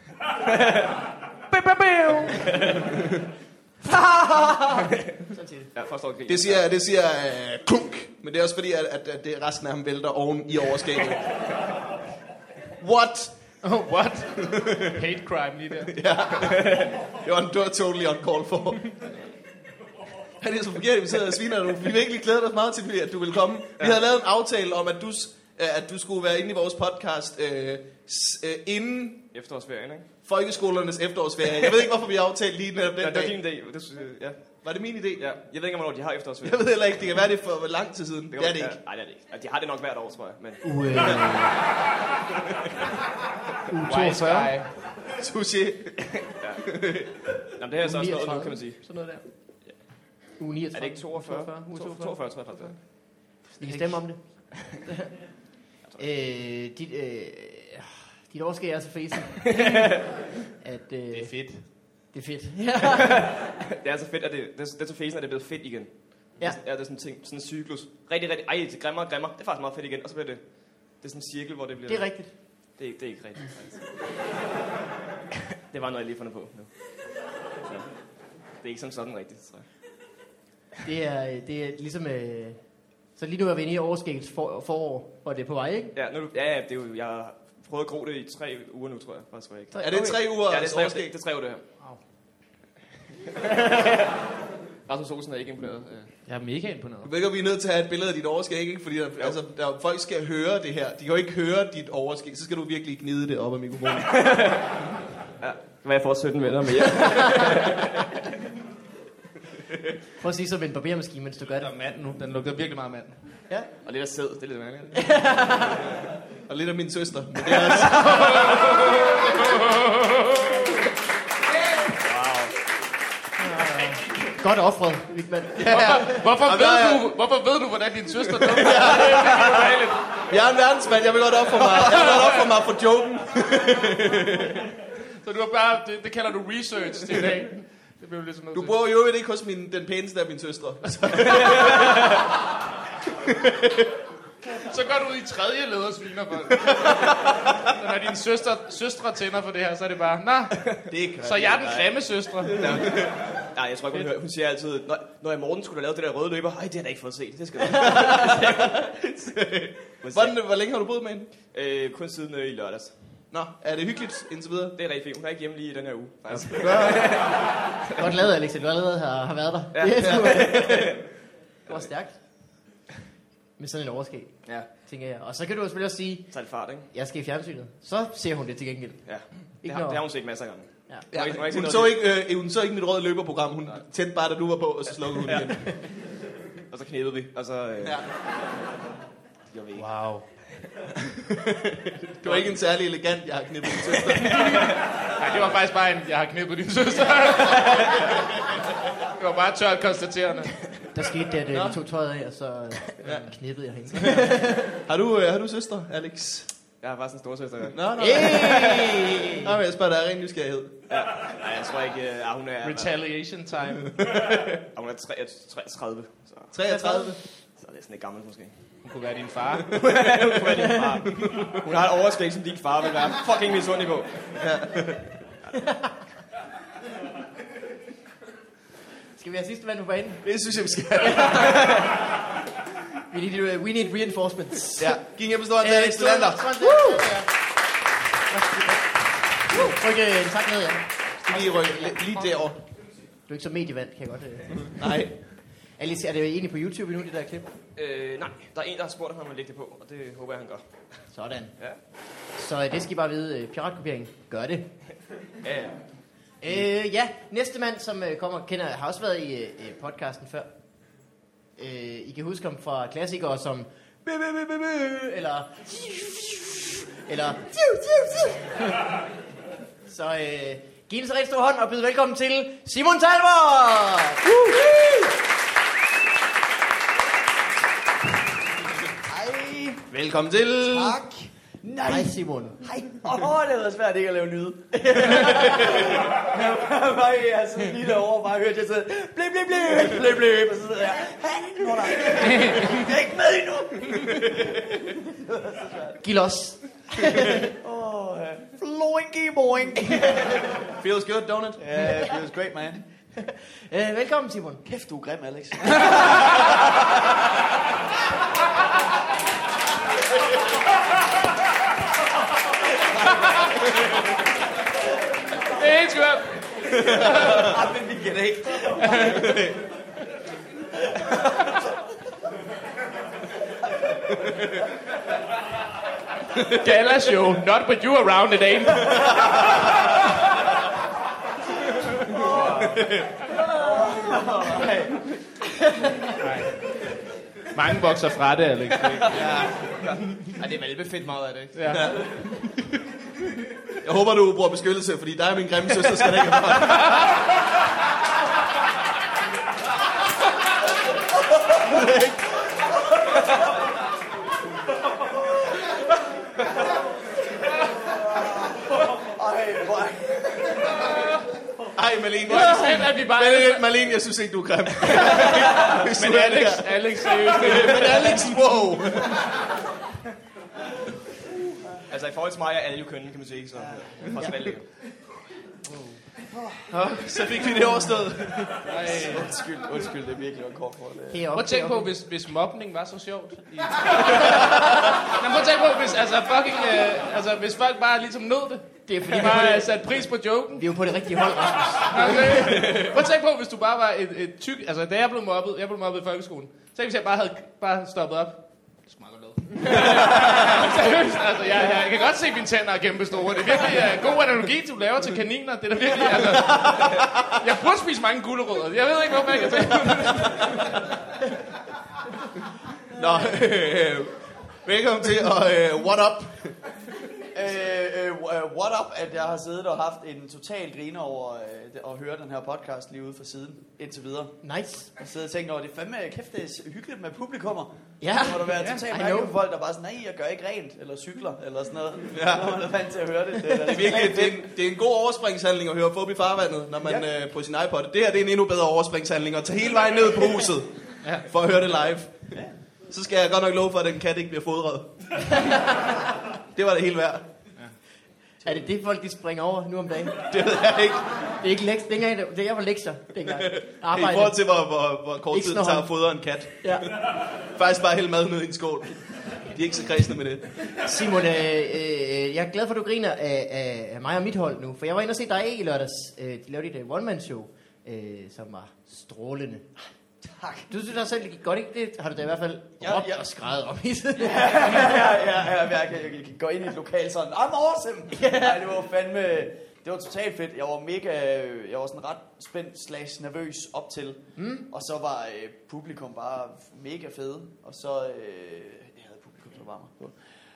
B: Det siger kunk, men det er også fordi, at det resten af ham vælter oven i overskægget. What?
C: Oh, what? Hate crime lige der.
B: Ja, det var totally uncalled for. Det er så forkert, at vi sidder og sviner dig. Vi virkelig glæder os meget til, at du vil komme. Vi havde lavet en aftale om, at du skulle være inde i vores podcast inden
D: efterårsferien, ikke?
B: Folkeskolernes efterårsferie. Jeg ved ikke, hvorfor vi aftalte lige netop den dag.
D: Det var din idé. Ja.
B: Var det min idé?
D: Ja. Jeg ved ikke, hvornår de har efterårsferie.
B: Jeg ved heller ikke. Det kan være det for lang tid siden. Det er det ikke.
D: Nej, det er det ikke. De har det nok hvert år, tror jeg. Men...
C: Wise guy.
B: Touché.
D: Jamen, det her er så også noget nu, kan man sige.
A: Sådan noget der. Uge 39.
D: Er det ikke 42? 42, tror jeg faktisk.
A: Vi kan stemme om det. Dit overskæg er så fæsen. At,
C: det er fedt.
A: Det er fedt.
D: Det er så fedt, at det er så fæsen, at det er blevet fedt igen.
A: Ja.
D: Det er sådan en ting, sådan en cyklus. Rigtig, ej, det græmmer. Det er faktisk meget fedt igen, og så bliver det er sådan en cirkel, hvor det bliver...
A: Det er rigtigt.
D: Det er ikke rigtigt. Det var noget, jeg lige fundet på nu. Så. Det er ikke sådan rigtigt, tror jeg.
A: Det er ligesom... Så lige nu er vi inde i overskæggets forår, og det er på vej, ikke?
D: Ja, det er jo... Jeg har prøvet at gro det i 3 uger nu, tror jeg. Faktisk, ikke.
B: Er det 3 uger?
D: Ja, det er 3 uger, det her. Wow. Rasmus Olsen er ikke imponeret.
C: Jeg er mega imponeret.
B: Du ved ikke, vi er nødt til at have et billede af dit overskæg, ikke? Fordi folk skal høre det her. De kan jo ikke høre dit overskæg, så skal du virkelig gnide det op af mikrofonen.
D: Ja, hvad jeg får 17 venner med jer.
A: Prøv at sige så med en barbermaskine, mens du gør det.
C: Der er mand nu. Den lugter virkelig meget mand.
A: Ja.
D: Og lidt af sæd, det er lidt mærkeligt.
B: Og lidt af min søster. Men det er også...
A: Godt offret, Vigman.
C: Hvorfor ved du, hvordan din søster døde?
B: Jeg er en verdensmand, jeg vil godt ofre mig for joken.
C: Så du har bare, det kalder du research til i dag. Det blev lidt sådan
B: du bor jo ikke hos den pæneste af mine søstre.
C: Så går du ud i tredje led og sviner folk. Så når dine søstre tænder for det her, så er det bare, så jeg er den grimme søstre.
D: Nej, jeg tror ikke, hun siger altid, når i morgen skulle du lave det der røde løber. Ej, det har jeg ikke fået set. Det skal du.
B: Hvor længe har du boet med hende?
D: Kun siden i lørdags.
B: Nå, er det hyggeligt indtil videre?
D: Det er rigtig fint. Hun er ikke hjemme lige i den her uge, faktisk.
A: Godt lavet, Alex. Du allerede har været der.
D: Ja.
A: Det var stærkt. Med sådan en overskæg, tænker jeg. Og så kan du selvfølgelig også sige,
D: Tag det fart, ikke?
A: jeg skal i fjernsynet. Så ser hun det til gengæld.
D: Ja, det har hun set masser af gange.
A: Ja.
B: Hun så ikke mit røde løberprogram. Hun tændte bare, da du var på, og så slukkede hun igen.
D: Og så knæppede vi, og så...
C: Wow.
B: Det var ikke en særlig elegant, jeg har knippet din søster.
C: Nej, det var faktisk bare jeg har knippet din søster. Det var bare tørt konstaterende.
A: Der skete det, at vi tog tøjet af, og så knippede jeg hende.
B: Har du søster, Alex?
D: Jeg har faktisk en storsøster.
B: Nå. Nå, men jeg spørger, der er ren nysgerrighed.
D: Ja. Nej, jeg tror ikke... hun er...
C: Retaliation time.
D: Hun er 33. Så.
B: 33?
D: Så det er sådan lidt gammelt, måske.
C: Hun kunne være din far.
D: Hun kunne være din far. Hun har et overskæg, som din far vil være fucking misundelig på. Ja.
A: Skal vi have sidste mand på banen?
B: Det synes jeg, vi skal.
A: We need reinforcements.
B: Ja, giv en kæmpe stor til Alex Tillander.
A: Ryk en tak ned, ja.
B: Lige rykke lige derovre.
A: Du er ikke så medievand, kan jeg godt...
B: Nej.
A: Alice, er det egentlig på YouTube endnu, det der klip?
D: Nej, der er en, der har spurgt, om han må lægge det på, og det håber jeg, han gør.
A: Sådan.
D: Ja.
A: Så det skal I bare vide, piratkopiering. Gør det.
D: Ja.
A: Ja, næste mand, som kommer, har også været i podcasten før. I kan huske ham fra klassikere som... Eller... Så giv en så rigtig stor hånd og byd velkommen til Simon Talbot!
E: Hej.
B: Velkommen til.
E: Tak.
A: Nej, Simon.
E: Hej. Det var svært ikke at lave lyde. Jeg er sådan lige derovre, bare hørte jeg sådan, blip, og så sidder jeg, hey, nu der. Jeg er ikke med endnu.
A: Giv los.
E: Floinky boink.
B: Feels good, don't it?
E: Yeah, it feels great, man.
A: Velkommen, Simon.
E: Kæft, du er grim, Alex.
C: Det er helt skørt.
E: Men vi kan det ikke.
C: Gala show, not with you around, it ain't. Mange vokser fra det, Alex.
D: Ja, det er velbefedt meget af det, ikke?
C: Ja.
B: Jeg håber, du bruger beskyttelse, fordi dig og min grimme søster skal da ikke have Ej, Malene. Malene, jeg synes ikke, du er grim.
C: Men Alex, seriøst.
B: Men Alex, wow.
D: Altså, i forhold til mig er alle jo kønne, kan man sige, så
B: Så fik vi det overstået.
E: Undskyld, det er virkelig en kort for det.
C: Prøv at tænke på, hvis mobning var så sjovt. Prøv at tænke på, hvis folk bare ligesom nød det.
A: Det er fordi,
C: De bare sat pris på joken.
A: vi er jo på det rigtige hold, Rasmus.
C: Okay. Prøv at tænke på, hvis du bare var et tyk... Altså, da jeg blev mobbet i folkeskolen. Så hvis jeg bare havde stoppet op. Det skulle meget godt lavet. Seriøst, altså, jeg kan godt se, at mine tænder er kæmpe store. Det er virkelig god analogi, du laver til kaniner. Det er da virkelig, altså... Jeg burde spise mange gulerødder. Jeg ved ikke, hvorfor jeg kan tænke på det.
B: Nå, velkommen til, og what up?
E: What up, at jeg har siddet og haft en total griner over at høre den her podcast lige ude fra siden, indtil videre.
A: Nice.
E: Jeg sidder og tænker over, det er fandme kæft, det er hyggeligt med publikummer.
A: Ja.
E: Så må der være totalt mærkeligt for folk, der bare sådan, nej, jeg gør ikke rent, eller cykler, eller sådan noget. Ja. Når man er vant til at høre det. Det er
B: Virkelig, det er en god overspringshandling at høre Fubi i farvandet, når man på sin iPod. Det her det er en endnu bedre overspringshandling at tage hele vejen ned på huset, for at høre det live. så skal jeg godt nok love for, at den kat ikke bliver fodret. Det var det helt værd.
A: Ja. Er det folk, de springer over nu om dagen?
B: Det ved jeg ikke.
A: Det er ikke lektier. Det er jeg var lektier dengang.
B: I forhold til, hvor kort tid det tager at fodre en kat.
A: Ja.
B: Faktisk bare hælde mad ned i en skål. De er ikke så kredsende med det.
A: Simon, jeg er glad for, at du griner af mig og mit hold nu. For jeg var inde og se dig i lørdags. De lavede et one-man-show, som var strålende.
E: Tak.
A: Du synes da selv, det gik godt, ikke? Det har du da i hvert fald råbt og skreget om i.
E: Jeg kan gå ind i et lokal sådan, I'm awesome! Nej, det var fandme... Det var totalt fedt. Jeg var sådan ret spændt / nervøs op til. Og så var publikum bare mega fede. Og så... jeg havde publikum, der var mig.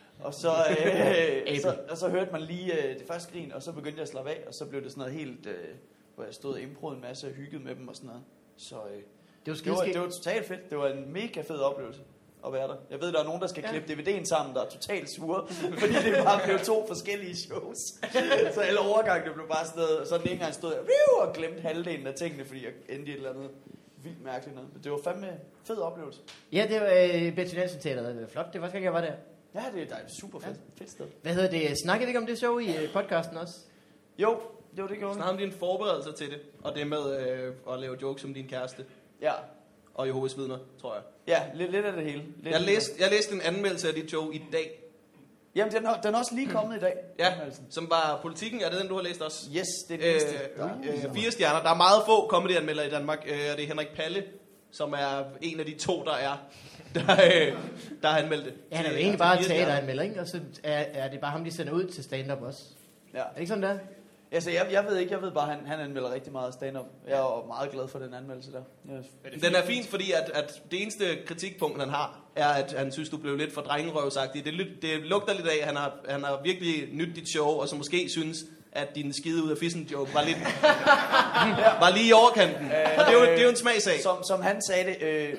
E: Og så hørte man lige det første grin, og så begyndte jeg at slappe af. Og så blev det sådan noget helt... hvor jeg stod og improede en masse og hyggede med dem og sådan noget. Så det var totalt fedt. Det var en mega fed oplevelse at være der. Jeg ved, der er nogen, der skal klippe DVD'en sammen, der er totalt sure, fordi det bare blev 2 forskellige shows. Så alle overgangene blev bare sådan noget, så den ene gang stod jeg og glemte halvdelen af tingene, fordi jeg endte i et eller andet vildt mærkeligt noget. Det var fandme fed oplevelse.
A: Ja, det var Betty Nielsen Teateret. Det var flot. Det var første gang, jeg var der.
E: Ja, det er super fedt. Ja. Fedt sted.
A: Hvad hedder det? Snakkede vi ikke om det show i podcasten også?
E: Jo, det gjorde vi.
B: Snakkede om dine forberedelser til det, og det med at lave jokes om din kæreste.
E: Ja.
B: Og Jehovas vidner, tror jeg.
E: Ja, lidt af det hele.
B: Jeg læste en anmeldelse af dit show i dag.
E: Jamen, den er også lige kommet i dag.
B: Ja, som var Politikken. Er det den, du har læst også?
E: Yes, det er den næste.
B: 4 stjerner. Der er meget få comedy-anmeldere i Danmark, og det er Henrik Palle, som er en af de 2, der har anmeldt det.
A: Ja, han er jo egentlig bare teateranmelder, ikke? Og så er det bare ham, de sender ud til stand-up også.
E: Ja.
A: Er det ikke sådan der?
E: Altså, jeg ved ikke, jeg ved bare, han anmelder rigtig meget stand-up. Jeg er meget glad for den anmeldelse der.
B: Den er fint, fordi at det eneste kritikpunkt, han har, er, at han synes, du blev lidt for drengerøvsagtig. Det lugter lidt af, at han har virkelig nyt dit show, og så måske synes, at din skide ud af fissen joke var lige i overkanten. Og det er jo en smagsag.
E: Som han sagde det,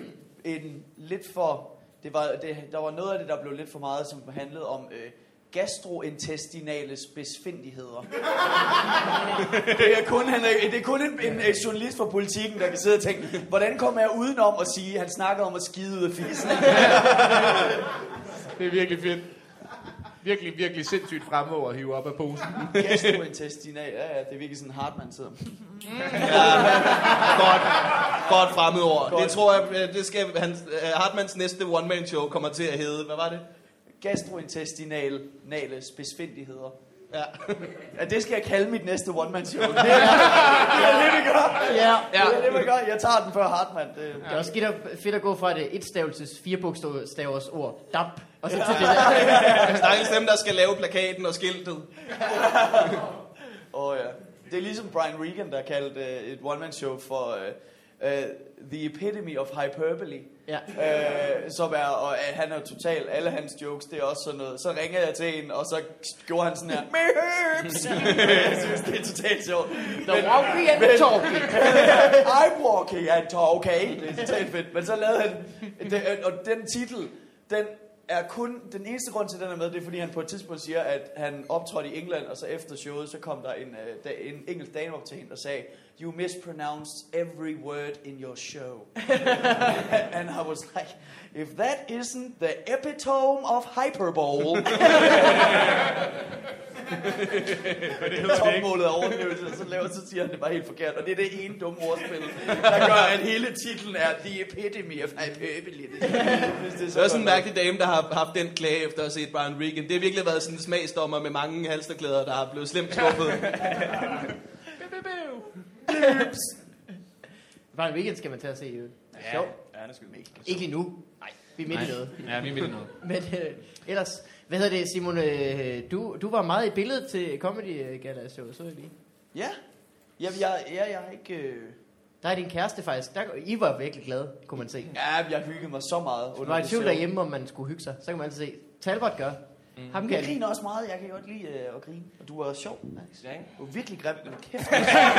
E: der var noget af det, der blev lidt for meget, som handlede om... gastrointestinale spidsfindigheder. Det er kun en journalist fra Politikken, der kan sidde og tænke, hvordan kommer jeg udenom at sige, at han snakker om at skide ud af fissen?
C: Det er virkelig fedt. Virkelig, virkelig sindssygt fremover at hive op af posen.
E: Gastrointestinale, ja, det er virkelig sådan Hartmann sidder.
B: Godt fremmedord. Det tror jeg, det skal Hartmanns næste one-man-show kommer til at hedde. Hvad var det?
E: Gastrointestinale spidsfindigheder.
B: Ja.
E: Ja, det skal jeg kalde mit næste one-man-show. Det er det, vi gør.
A: Ja.
E: Det er det, vi gør. Jeg tager den før Hartmann.
A: Det er også fedt at gå fra det 1-stavelses 4-bogstavers ord. DAP. Og så til det der.
B: Stakkels dem, der skal lave plakaten og skiltet.
E: Ja. Det er ligesom Brian Regan, der kaldte et one-man-show for... The Epitome of Hyperbole.
A: Ja.
E: Som er, og han er totalt, alle hans jokes, det er også sådan noget. Så ringer jeg til en, og så gjorde han sådan her. Jeg synes, det er totalt sjovt.
A: The walking and the talking.
E: I'm walking and talking. Det er totalt fedt. Men så lavede han, og den titel, den er kun, den eneste grund til den er med, det er fordi han på et tidspunkt siger, at han optrådte i England, og så efter showet, så kom der en engelsk dame op til hende, der sagde, you mispronounced every word in your show. And I was like, if that isn't the epitome of hyperbole. Topmålet af overlevelse, så siger han det bare helt forkert. Og det er det ene dumme ordspil, der gør, at hele titlen er The Epitome of Hyperbole.
B: Det er også en mærkelig dame, der har haft den klage efter at have set Brian Regan. Det har virkelig været sådan en smagsdommer med mange halsterklæder, der har blevet slemt skuffet.
A: Brian Regan skal man til at se.
D: Ja,
A: Sjov.
D: han er sgu mega.
A: Ikke lige nu.
D: Nej.
A: Vi er midt i noget.
C: Ja, vi er midt i noget.
A: Men ellers, hvad hedder det, Simon? Du var meget i billedet til Comedy Gala Show, så jeg lige.
E: Ja. Jamen, jeg har ikke...
A: Der er din kæreste faktisk. I var virkelig glade, kunne man se.
E: Ja, jeg hyggede mig så meget.
A: Du var i tvivl derhjemme, om man skulle hygge sig. Så kan man altid se. Talbot gør.
E: Jeg griner også meget. Jeg kan godt lide at grine. Og du var sjov.
D: Ja, ikke?
E: Du er virkelig grim. Kæft.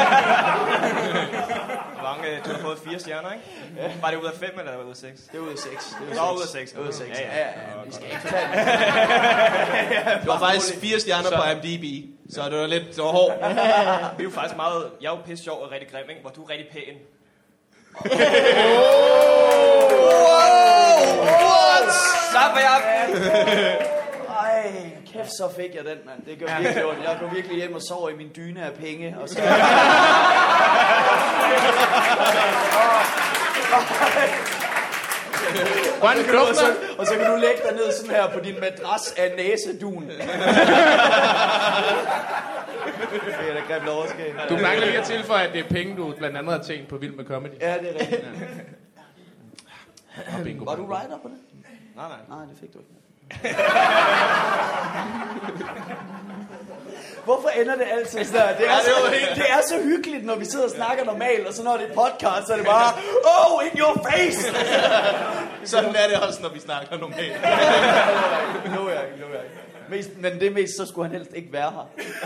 D: Du har fået 4 stjerner, ikke? Ja. Var det ud af 5 eller ud af 6?
E: Det er ud af 6.
D: Det var ud af 6.
E: Ud af 6.
D: Ja.
E: Vi skal ikke tage
B: Det var faktisk 4 stjerner på IMDb, så det var hård.
D: Vi er jo faktisk meget... Jeg er jo pisse sjov og rigtig grim, ikke? Hvor du er rigtig pæn.
B: Wow!
D: Tak for jer.
E: Ej, kæft, så fik jeg den, mand. Det gør virkelig ondt. Jeg går virkelig hjem og sover i min dyne af penge. Og så... Og så kan du lægge dig ned sådan her på din madras af næsedun. Det er da grimt overskæg.
C: Du mangler lige at tilføje, at det er penge, du blandt andet har tjent på Vild med Comedy.
E: Ja, det er rigtigt.
C: Ja.
E: Var du rider på det?
D: Nej.
E: Nej, det fik du ikke. Hvorfor ender det altid sådan der? Det er så hyggeligt, når vi sidder og snakker normalt, og så når det er podcast, så er det bare, oh, in your face!
B: Sådan er det også, når vi snakker normalt.
E: Lover jeg ikke. Men det mest, så skulle han helst ikke være her.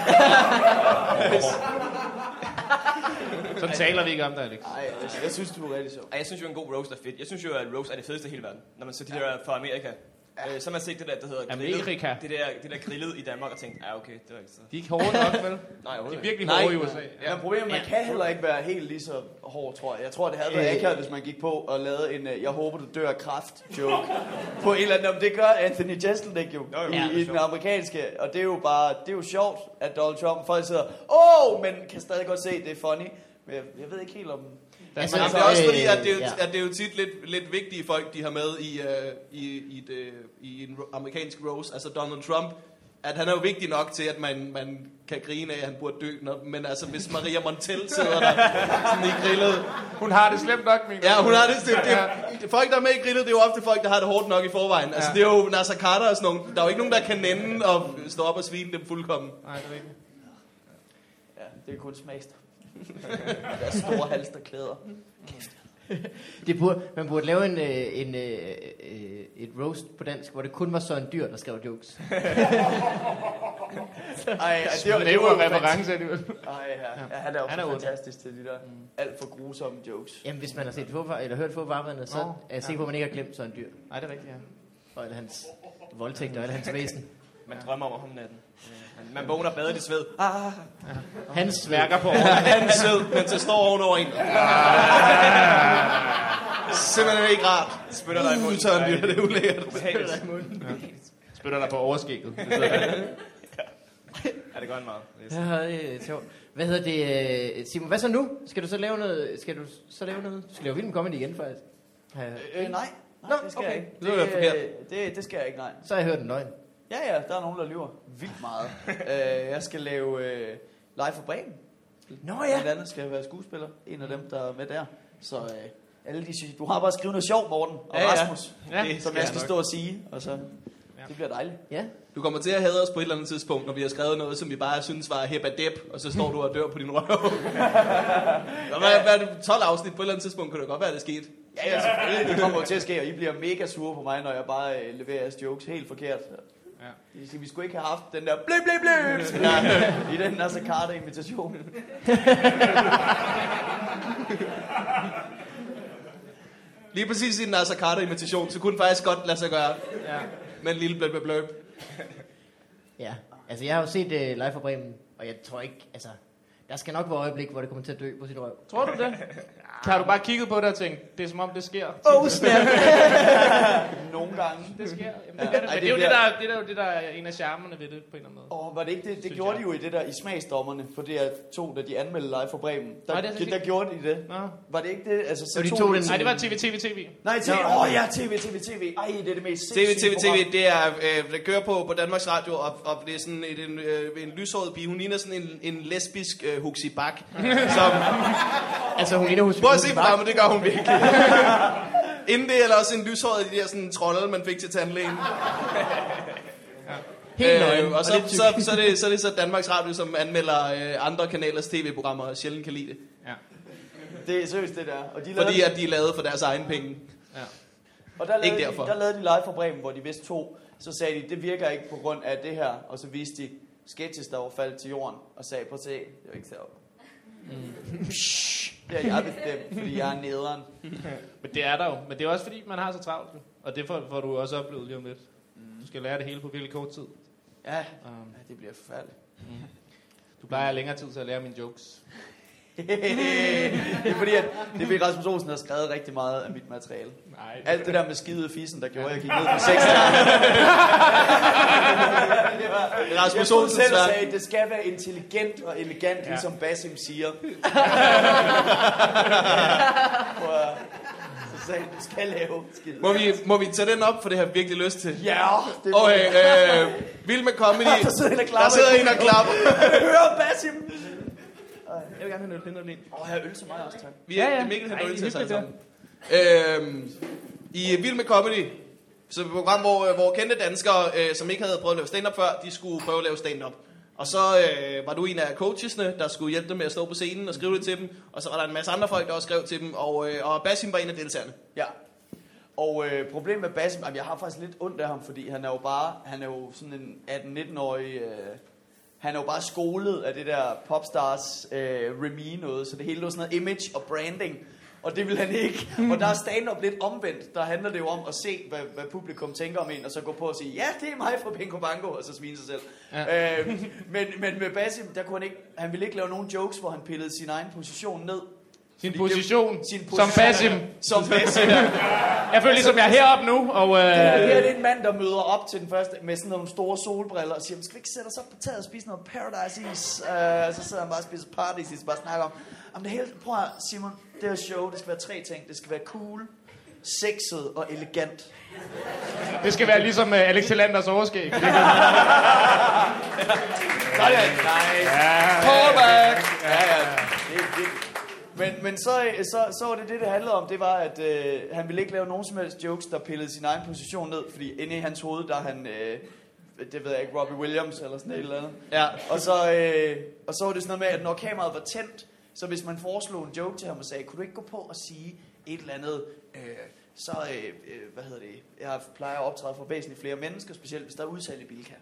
C: Så taler vi ikke om det, Alex.
E: Nej, jeg synes, du er rigtig sjov.
D: Jeg synes jo, en god roast er fedt. Jeg synes jo, at roast er det fedeste i hele verden. Når man ser de der fra Amerika. Så har man set det der hedder
C: Amerika.
D: Det der grillet i Danmark og tænkt, okay, det var ikke så.
C: De er ikke hårde nok, vel?
D: Nej,
C: de er virkelig hårde i USA.
E: Ja. Men problemet, man kan heller ikke være helt lige så hård, tror jeg. Jeg tror, det havde været akavet, hvis man gik på og lavede en jeg håber, du dør af kræft joke på en eller anden. Det gør Anthony Jeselnik jo i den amerikanske. Og det er jo bare, det er jo sjovt, at Donald Trump folk sidder, men kan stadig godt se, det er funny. Men jeg ved ikke helt om...
B: Altså, det er også fordi, at det er jo tit lidt vigtige folk, de har med i en amerikansk roast. Altså Donald Trump, at han er jo vigtig nok til, at man kan grine af, at han burde dø. Men altså, hvis Maria Montel sidder der sådan i grillet...
C: Hun har det slemt nok, min.
B: Ja, hun har det slemt. Folk, der er med i grillet, det er jo ofte folk, der har det hårdt nok i forvejen. Altså, det er jo Nasser Carter og sådan nogle. Der er jo ikke nogen, der kan nænde og stå op og svine dem fuldkommen.
C: Nej, det er ikke.
E: Ja, det er kun smagster. Der er store halsterklæder.
A: Man burde lave et roast på dansk, hvor det kun var Søren Dyr, der skrev jokes.
C: Det var reference alligevel.
E: Han er jo fantastisk til de der alt for grusomme jokes.
A: Jamen, hvis man har set hørt få varmerne, så er jeg sikker på, at man ikke har glemt Søren Dyr.
C: Nej, det er rigtigt, ja.
A: Og alle hans voldtægter, og alle hans væsen.
D: Man drømmer om natten. Man vågner badet i sved.
A: Hans værker på
B: Hans sved, mens jeg står ovenover en. Simpelthen ikke rart.
D: Spytter dig i munden.
B: Søren Dyr, det er ulækkert.
C: Spytter dig på overskægget.
D: Ja, det gør en meget.
A: Ja, det er sjovt. Hvad hedder det, Simon? Hvad så nu? Skal du lave noget? Du skal lave Vild med Comedy igen, faktisk?
E: Nej, det skal jeg ikke. Det skal jeg ikke, nej.
A: Så har jeg hørt en løgn.
E: Ja, der er nogen, der lyver vildt meget. Jeg skal lave Live for Bremen.
A: Nå ja.
E: Blandt andet skal jeg være skuespiller. En af dem, der er med der. Så alle de siger, du har bare skrevet noget sjovt, Morten og Rasmus.
C: Ja.
E: Som jeg skal stå og sige. Og så, det bliver dejligt.
A: Ja.
B: Du kommer til at hade os på et eller andet tidspunkt, når vi har skrevet noget, som vi bare synes var hebadep, og så står du og dør på din røv. Hvad er det? 12 afsnit på et eller andet tidspunkt, kan det godt være, det skete.
E: Ja, selvfølgelig. Det kommer jo til at ske, og I bliver mega sure på mig, når jeg bare leverer jeres jokes helt forkert. Ja. Vi skulle ikke have haft den der blø i den Nasser Carter-invitation.
B: Lige præcis i den Nasser Carter-invitation, så kunne den faktisk godt lade sig gøre. Ja. Med en lille bløb.
A: Ja, altså jeg har jo set Live for Bremen, og jeg tror ikke, altså... Der skal nok være øjeblik, hvor det kommer til at dø på sit røv.
C: Tror du det? Har du bare kigget på det og tænkt, det er som om det sker?
A: Snap!
E: Nogle gange.
C: Det sker. Jamen, det er jo det, der er en af charmerne ved det, på en eller anden måde.
E: Var det ikke det? Det gjorde de jo i det der i smagsdommerne, på DR2, da de anmeldte Live for Bremen. Der gjorde de det.
C: Nå.
E: Var det ikke det? Altså, så
C: Nej, det var TV.
E: Nej, TV. TV. Ej, det er det mest
B: TV, det er, det kører på Danmarks Radio, og det er sådan en lyshåret pige. Hun ligner sådan en lesbisk Huxi Bak. Som...
A: Altså, hun ligner Huxi Bak.
B: Prøv at se programmet, det gør hun virkelig. Inden det, eller også en lyshåret de der sådan trolde, man fik til tandlægen.
A: Helt nøgen.
B: Og så er det så Danmarks Radio, som anmelder andre kanalers tv-programmer, og sjældent kan lide det.
C: Ja.
E: Det er seriøst det der. Og
B: fordi at de er lavet for deres egen penge.
E: Ja. Og der lavede de Live for Bremen, hvor de vidste så sagde de, det virker ikke på grund af det her. Og så viste de sketches, der var faldet til jorden, og sagde på det er ikke deroppe. Det er jeg bestemt, fordi jeg er nederen.
C: Men det er der jo. Men det er også fordi, man har så travlt. Og det får du også oplevet lige om lidt. Du skal lære det hele på virkelig kort tid.
E: Ja, det bliver forfærdeligt.
C: Du plejer længere tid til at lære mine jokes.
E: Det er fordi, at Rasmus Olsen har skrevet rigtig meget af mit materiale.
C: Nej,
E: alt det der med skide fissen, der gjorde, at jeg gik ned på 6 Rasmus Olsen selv sagde, at det skal være intelligent og elegant, ligesom Basim siger. Så sagde du skal lave skide.
B: Må vi tage den op, for det har jeg virkelig lyst til?
E: Ja, det
B: okay, Vild med Comedy.
E: Der sidder
B: en og klapper.
E: Hør Basim.
B: Jeg vil gerne have en øl.
E: Jeg har øl til mig også, tak.
B: Mikkel har øl til sig sammen. I Vild med Comedy, så et program, hvor kendte danskere, som ikke havde prøvet at lave stand-up før, de skulle prøve at lave stand-up. Og så var du en af coachesne, der skulle hjælpe dem med at stå på scenen og skrive det til dem. Og så var der en masse andre folk, der også skrev til dem. Og Basim var en af deltagerne.
E: Ja. Og problemet med Basim, jeg har faktisk lidt ondt af ham, fordi han er jo sådan en 18-19-årig... Han er jo bare skolet af det der popstars Remy noget, så det hele er sådan noget image og branding, og det vil han ikke. Og der er stand-up lidt omvendt, der handler det jo om at se, hvad publikum tænker om en, og så gå på og sige, ja, det er mig fra Bingo Bango, og så svine sig selv. Ja. Men med Basim, der kunne han ville ikke lave nogen jokes, hvor han pillede sin egen position ned.
C: Sin position som Basim.
E: Som Basim.
C: Jeg føler ligesom, jeg er heroppe nu. Og,
E: det er en mand, der møder op til den første med sådan nogle store solbriller og siger, skal vi ikke sætte os op på taget og spise noget Paradise Is? Så sidder han bare og spiser Paradise Is og bare snakker om det hele. Prøv at Simon, det her show, det skal være 3 ting. Det skal være cool, sexet og elegant.
C: Det skal være ligesom Alex Tillanders overskæg.
E: Sådan. Callback. Men så var det handlede om, det var, at han ville ikke lave nogen som helst jokes, der pillede sin egen position ned, fordi inde i hans hoved, der han, det ved jeg ikke, Robbie Williams eller sådan et eller andet. Ja. Og så var det sådan noget med, at når kameraet var tændt, så hvis man foreslog en joke til ham og sagde, kunne du ikke gå på og sige et eller andet, jeg plejer at optræde for væsentligt flere mennesker, specielt hvis der er udsalg i Bilka.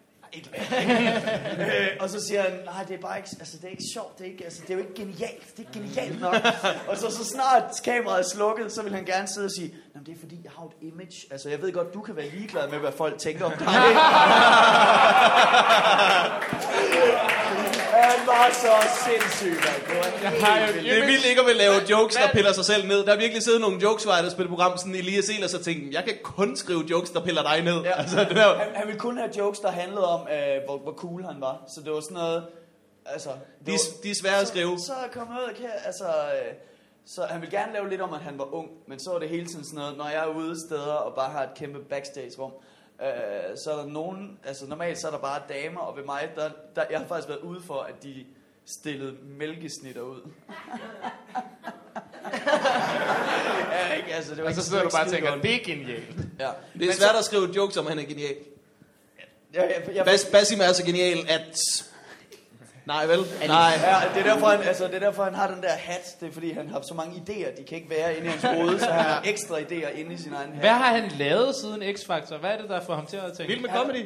E: Og så siger han, nej, det er bare ikke, altså det er ikke sjovt, det er jo ikke genialt, det er genialt nok. Og så snart kameraet er slukket, så vil han gerne sidde og sige, jamen det er fordi, jeg har et image, altså jeg ved godt, du kan være ligeglad med, hvad folk tænker om dig. Han var så sindssyg,
B: det er vildt ikke at vil lave jokes, der piller sig selv ned. Der er virkelig siddet nogle jokeswriters på det program, sådan Elias Ehlers, og tænkte, jeg kan kun skrive jokes, der piller dig ned.
E: Ja. Altså, det der... han ville kun have jokes, der handlede om, hvor cool han var. Så det var sådan noget, altså...
B: De er svære at skrive.
E: Så kom jeg ud af altså... Så han ville gerne lave lidt om, at han var ung, men så var det hele tiden sådan noget, når jeg er ude steder og bare har et kæmpe backstage-rum, så er der nogen, altså normalt så er der bare damer, og ved mig, der jeg har faktisk været ude for, at de stillede mælkesnitter ud. Ja, ikke, altså, det var
C: og så sidder du bare og tænker, det er genialt.
B: Ja. Det er svært at skrive jokes om, han er genial. Basim er så genial, at... Nej, vel? Nej.
E: Ja, det er derfor, han har den der hat. Det er fordi, han har så mange idéer, de kan ikke være inde i hans hoved, så han har ekstra idéer inde i sin egen hat.
C: Hvad har han lavet siden X-Factor? Hvad er det, der får ham til at tænke?
B: Vild med comedy.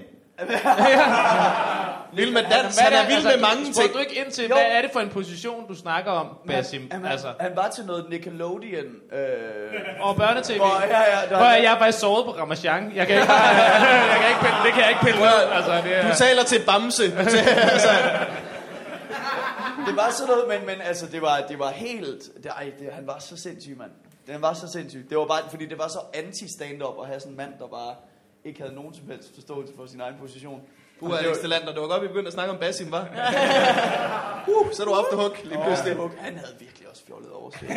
B: Vild med dans. Han er vild med mange ting.
C: Spørger du ikke ind til, hvad er det for en position, du snakker om, Basim?
E: Han var til noget Nickelodeon.
C: Og børnetv. Jeg er faktisk sovet på Ramachan. Det kan jeg ikke pille ud. Altså,
B: du taler til Bamse.
E: Det var sådan noget, men altså, det var helt... han var så sindssyg, mand. Den var så sindssyg. Det var bare, fordi det var så anti-stand-up at have sådan en mand, der bare ikke havde nogen som helst forståelse for sin egen position.
B: Alex Tillander, det var godt, vi begyndte at snakke om Basim, hva'? Så er du off the hook. Lige pludselig.
E: Han havde virkelig også fjollet overskæg.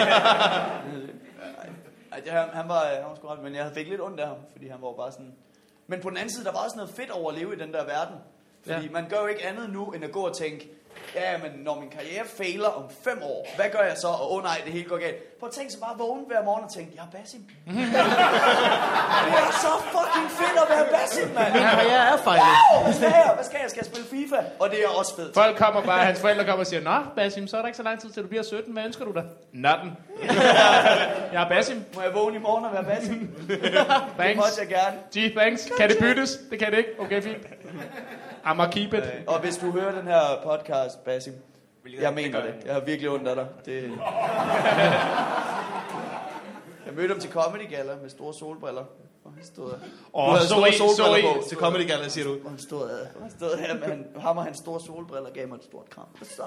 E: Han var sgu ret, men jeg fik lidt ondt af ham, fordi han var bare sådan... Men på den anden side, der var også noget fedt over at leve i den der verden. Fordi man gør jo ikke andet nu, end at gå og tænke, ja, men når min karriere fejler om 5 år, hvad gør jeg så? Og nej, det hele går galt. Prøv at tænke så bare vågne hver morgen og tænke, jeg er Basim. Det er så fucking fedt at være Basim, mand.
A: Min karriere er fejlet.
E: Wow, hvad skal jeg? Skal jeg spille FIFA? Og det er også fedt.
C: Folk kommer bare, hans forældre kommer og siger, nå, Basim, så er der ikke så lang tid til du bliver 17. Hvad ønsker du dig? Natten. Jeg er Basim.
E: Må jeg vågne i morgen og være Basim?
C: Thanks.
E: Det måtte jeg gerne.
C: Gee, thanks. Kan det byttes? Det kan det ikke. Okay, fint. I'ma keep it.
E: Og hvis du hører den her podcast, Basim, jeg mener det. Jeg har virkelig ondt af dig. Jeg mødte ham til Comedy Gala med store solbriller.
B: Du havde store solbriller på til Comedy Gala, siger du.
E: Han stod her med ham og hans store solbriller gav mig et stort kram. Så.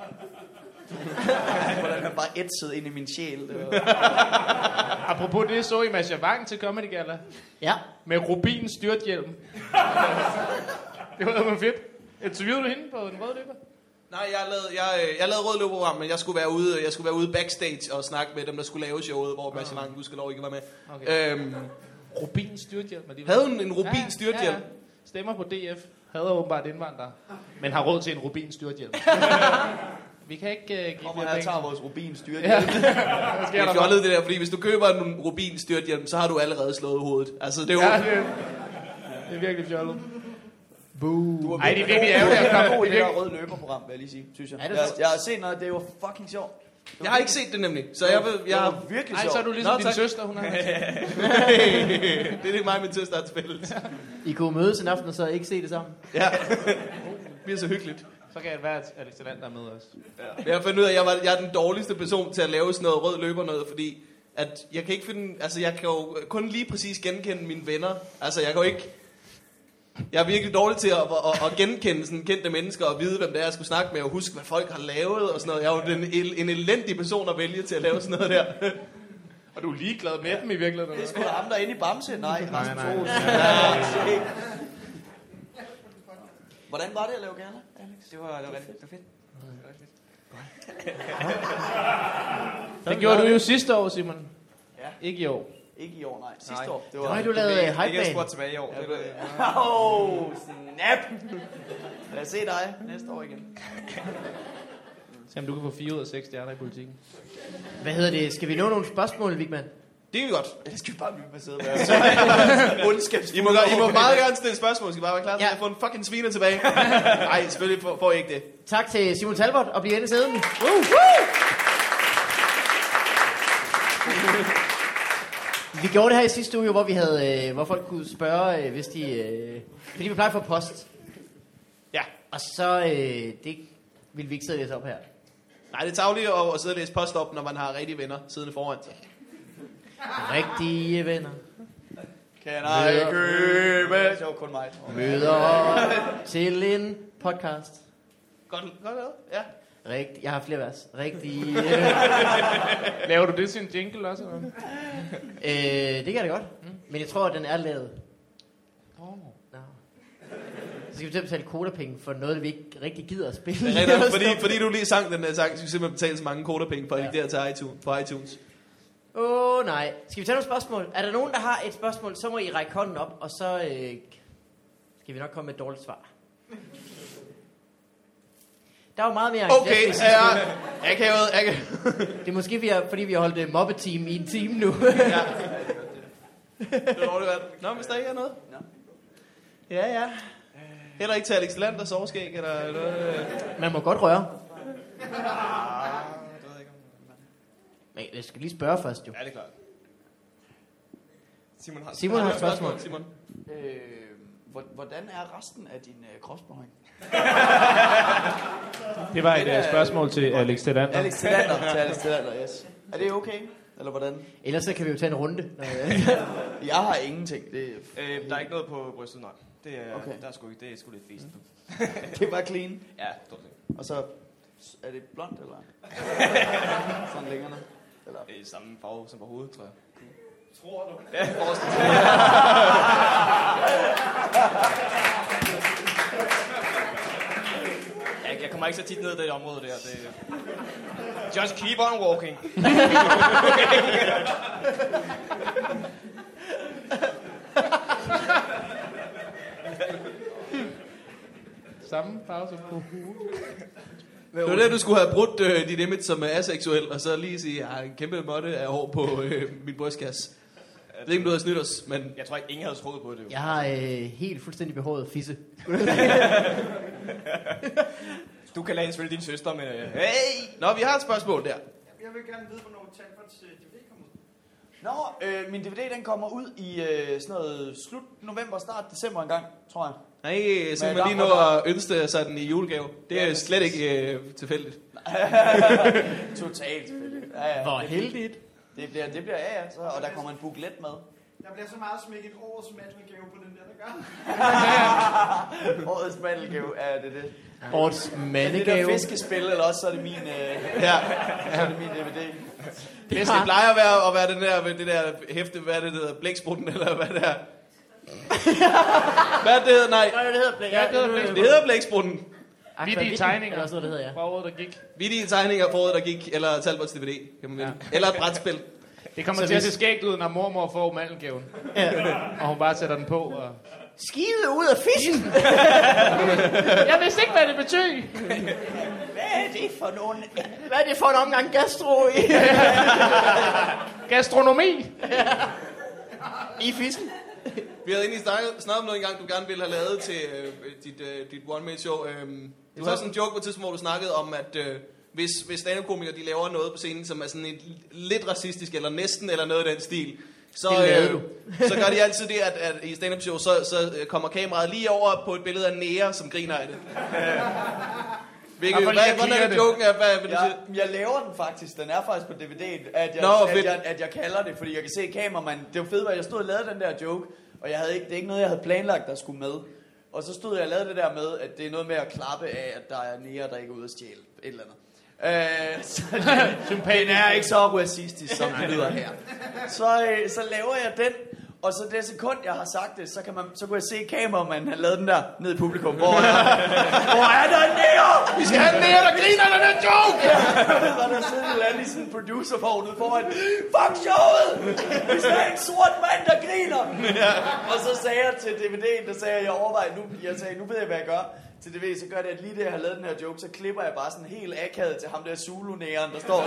E: Hvordan han bare ætsede ind i min sjæl.
C: Apropos det, så I Masha Wang til Comedy Gala?
A: Ja.
C: Med Rubin styrthjelm. Det var fedt. Interviewede du hende på den røde løber?
B: Nej, jeg lavede rød løberprogram, men jeg skulle være ude backstage og snakke med dem, der skulle lave showet, hvor Masha Wang, du skal lov ikke være med.
C: Okay. Rubin styrthjelm.
B: Havde hun en Rubin styrthjelm?
C: Ja. Stemmer på DF. Havde åbenbart indvandrere. Men har råd til en Rubin styrthjelm. Vi kan ikke give
E: flere penge. Tager vores Rubin styrthjelm.
C: Ja.
B: Det er fjollet det der, fordi hvis du køber en Rubin styrthjelm, så har du allerede slået hovedet. Altså, det er jo...
C: Ja, det er virkelig fjollet.
E: Boo.
C: Ej, det er virkelig ærgerligt at komme
E: god i det der røde løberprogram, vil jeg lige sige, synes jeg. Jeg har set noget, det var fucking sjovt.
B: Jeg har ikke set det nemlig, så jeg har
E: virkelig sjovt.
C: Ej, så er du ligesom din søster, hun har.
B: Det er mig og min søster har spillet.
A: I kunne mødes en aften og så ikke se det sammen.
B: Ja, det bliver så hyggeligt.
C: Så kan det være, at Alex Talander er med os.
B: Ja. Jeg fandt ud af, at jeg er den dårligste person til at lave sådan noget rød løber noget, fordi at jeg kan ikke finde, altså jeg kan jo kun lige præcis genkende mine venner. Altså jeg kan jo ikke, jeg er virkelig dårlig til at genkende sådan kendte mennesker og vide, hvem det er, jeg skulle snakke med, og huske, hvad folk har lavet og sådan noget. Jeg er jo en elendig person at vælge til at lave sådan noget der.
C: Og du er ligeglad med dem i virkeligheden?
E: Det er sgu da ham, der er inde i Bamse. Nej. Hvordan var det at lave gala, Alex?
D: Det var fedt.
C: Det gjorde du jo sidste år, Simon.
E: Ja.
C: Ikke i år.
E: Ikke i år, nej. Sidste år.
A: Det var du lavede hype.
D: Ikke jeg tilbage i år.
E: Snap! Lad os se dig næste år igen.
C: Jamen, du kan få 4 ud af 6 stjerner i politikken.
A: Hvad hedder det? Skal vi nå nogle spørgsmål, Vigman?
B: Det kan vi godt.
E: Det skal vi bare blive med at sidde med.
B: I må meget gerne stille spørgsmål. I skal bare være klar til at få en fucking sviner tilbage. Nej, selvfølgelig får I ikke det.
A: Tak til Simon Talbot og blive inde siden. Vi gjorde det her i sidste uge, hvor vi havde, hvor folk kunne spørge, hvis de, fordi vi plejer for post.
B: Ja.
A: Og så det vil vi ikke sidde og læse op her.
B: Nej, det er tarveligt at sidde og læse post op, når man har rigtige venner siddende foran sig.
A: Rigtige venner.
E: Kan jeg købe? Det var kun mig.
A: Møder til en podcast.
B: Godt lavet. Ja.
A: Jeg har flere vers. Rigtige.
C: Laver du det til en jingle også?
A: Det kan jeg da godt. Men jeg tror, at den er lavet. No. Så skal vi til at betale kodapenge for noget, vi ikke rigtig gider at spille.
B: Det er fordi du lige sang den der sang, så vi simpelthen betale så mange kodapenge for at der til på iTunes.
A: Nej. Skal vi tage nogle spørgsmål? Er der nogen, der har et spørgsmål, så må I række hånden op, og så skal vi nok komme med et dårligt svar. Der var meget mere
B: okay, akavet.
A: Det er måske, fordi vi har holdt mobbeteam i en time nu.
B: Ja. Det er dårligt været. Nå, hvis der ikke er noget. Ja. Heller ikke til Alex Landers overskæg, eller noget.
A: Man må godt røre. Men jeg skal lige spørge først, jo.
D: Ja, det er klart.
A: Simon har et spørgsmål.
B: Simon.
E: Hvordan er resten af din kropsbehøjning?
C: Det var et spørgsmål til Alex Talander.
E: Alex Talander, yes. Er det okay? Eller hvordan?
A: Ellers så kan vi jo tage en runde.
E: Jeg har ingenting.
D: Der er ikke noget på brystet, nej. Det er,
E: okay.
D: Der er sgu ikke, det er sgu lidt fisen.
E: Det er bare clean?
D: Ja, stort set.
E: Og så er det blondt, eller? Sådan længere ned? Eller?
D: Det er samme farve som på hovedet, tror jeg.
B: Tror du?
D: Ja, forestil. Jeg kommer ikke så tit ned i det område der. Just keep on walking.
C: Samme farve som på hovedet.
B: Det var det, du skulle have brudt dit image som aseksuel, og så lige sige, at jeg har en kæmpe måtte af hår på min brystkasse. Jeg ved ikke, om du havde snydt os, men...
D: Jeg tror ikke, ingen havde troet på det.
A: Jeg har helt fuldstændig behåret fisse.
D: Du kan lade selvfølgelig din søster, men...
B: Hey! Nå, vi har et spørgsmål der.
E: Jeg vil gerne vide, hvornår Talbots DVD kommer ud. Min DVD, den kommer ud i sådan noget slut november, start december engang, tror jeg.
B: Nej, så kan man lige nå at ønske sig den i julegave. Det er slet ikke tilfældigt.
E: Totalt tilfældigt. Ja.
A: Hvor heldigt.
E: Det bliver ja. Så, og der kommer en booklet med.
F: Der bliver så meget smækket årets mandelgave på den der gør.
E: Årets mandelgave, det det.
A: Årets mandegave.
E: Det der fiskespil, eller også så er det min,
B: Ja.
E: så er det min DVD.
B: Det plejer at være det der hæfte, hvad det hedder, blæksprutten, eller hvad det er. Hvad det hedder, nej. Det hedder blæksprutten.
C: Vittige tegninger.
A: Eller sådan noget, det hedder, ja.
C: Fra året, der gik.
B: Vittige tegninger fra året, der gik, eller Talbots DVD, kan man vinde. Eller et brætspil.
C: Det kommer til at se skægt ud, når mormor får mandelgaven. Og hun bare sætter den på. Og...
A: Skivet ud af fisken!
C: Jeg vidste ikke, hvad det betød.
E: Hvad er det for nogen?
A: Hvad er det for en omgang gastro i?
C: Gastronomi.
A: I fisken?
B: Vi havde egentlig snakket om noget engang, du gerne ville have lavet til dit one-man-show. Du havde sådan en joke på et tidspunkt, hvor du snakkede om, at hvis stand-up-komikere de laver noget på scenen, som er sådan lidt racistisk, eller næsten, eller noget af den stil, så gør de altid det, at i stand-up-show, så kommer kameraet lige over på et billede af nære, som griner af det. Hvordan er det joken? Hvad vil du sige?
E: Jeg laver den faktisk. Den er faktisk på DVD'en, at jeg kalder det, fordi jeg kan se kameramanden. Det var fedt, at jeg stod og lavede den der joke, og det er ikke noget, jeg havde planlagt, der skulle med. Og så stod jeg og lavede det der med, at det er noget med at klappe af, at der er nære, der ikke er ude at stjæle et eller andet. Så den er ikke så racistisk, som det lyder her. Så laver jeg den, og så det sekund, jeg har sagt det, så kunne jeg se kameramanden, han lavede den der ned i publikum. Hvor er der en nære?
B: Vi skal have en nære, der griner af den joke!
E: Så der sidder en eller anden i sådan en producervogn ude foran. Fuck showet! Vi skal have en sort mand, der griner! Og så sagde jeg til DVD'en, jeg overvejede nu ved jeg, hvad jeg gør. Til DVD, så gør det, at lige da jeg har lavet den her joke, så klipper jeg bare sådan helt akavet til ham der Zulu-næren, der står.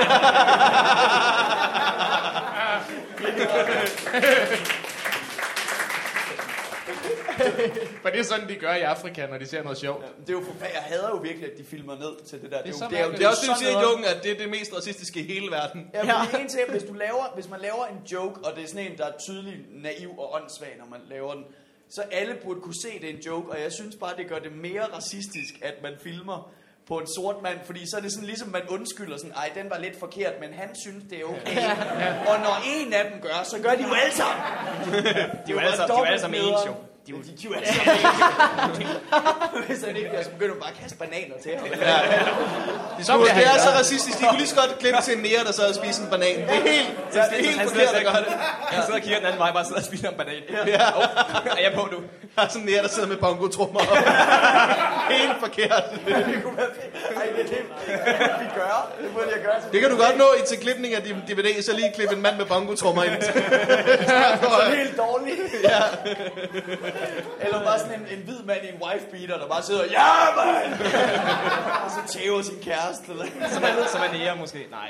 C: For det er sådan, de gør i Afrika, når de ser noget sjovt.
E: Det er jo jeg hader jo virkelig, at de filmer ned til det der.
B: Det er også det, du siger i joken, at det er det mest racistiske i hele verden.
E: Ja, fordi en ting, hvis man laver en joke, og det er sådan en, der er tydelig naiv og åndssvag, når man laver den, så alle burde kunne se, det er en joke, og jeg synes bare, det gør det mere racistisk, at man filmer på en sort mand, fordi så er det sådan ligesom, man undskylder sådan, ej, den var lidt forkert, men han synes, det er okay. Og når en af dem gør, så gør de jo alle sammen.
D: De er jo alle sammen ens, jo.
E: De er jo alle sammen hvis han ikke bliver, så begynder man bare at kaste bananer til ham.
B: Det er så racistisk, de kunne lige så godt klippe til en nære, der sad og spiste en banan. Det er helt forkert at gøre det.
D: Han sidder og kigger den anden vej, bare sidder og spiser en banan.
B: Ja.
D: Er jeg på, du?
B: Der er sådan en nære, der sidder med bongotrummer. Helt forkert.
E: Det kunne være fedt. Ej, det er det, vi gør. Det burde jeg gøre.
B: Det kan du godt nå til klipning af DVD, så lige klippe en mand med bongotrummer ind.
E: Så helt dårligt.
B: Ja.
E: Eller bare sådan en hvid mand i en wife-beater, der bare sidder, ja, mand! Og så tæver sin kæreste. Eller.
D: Som er nære måske. Nej.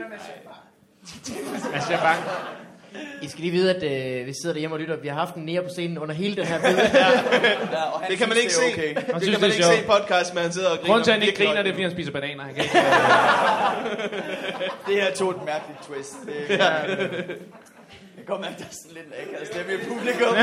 C: Altså, jeg er bange.
A: I skal lige vide, at vi sidder derhjemme og lytter. Vi har haft en nære på scenen under hele den her bid.
B: Det kan man ikke se.
E: Okay.
B: Det kan man ikke se i podcast, men han sidder og griner.
C: Grunden til, at han ikke griner, det er, fordi han spiser bananer. Han kan ikke...
E: Det her tog et mærkeligt twist. Det kommer, at der er sådan lidt akavet stemme i publikum.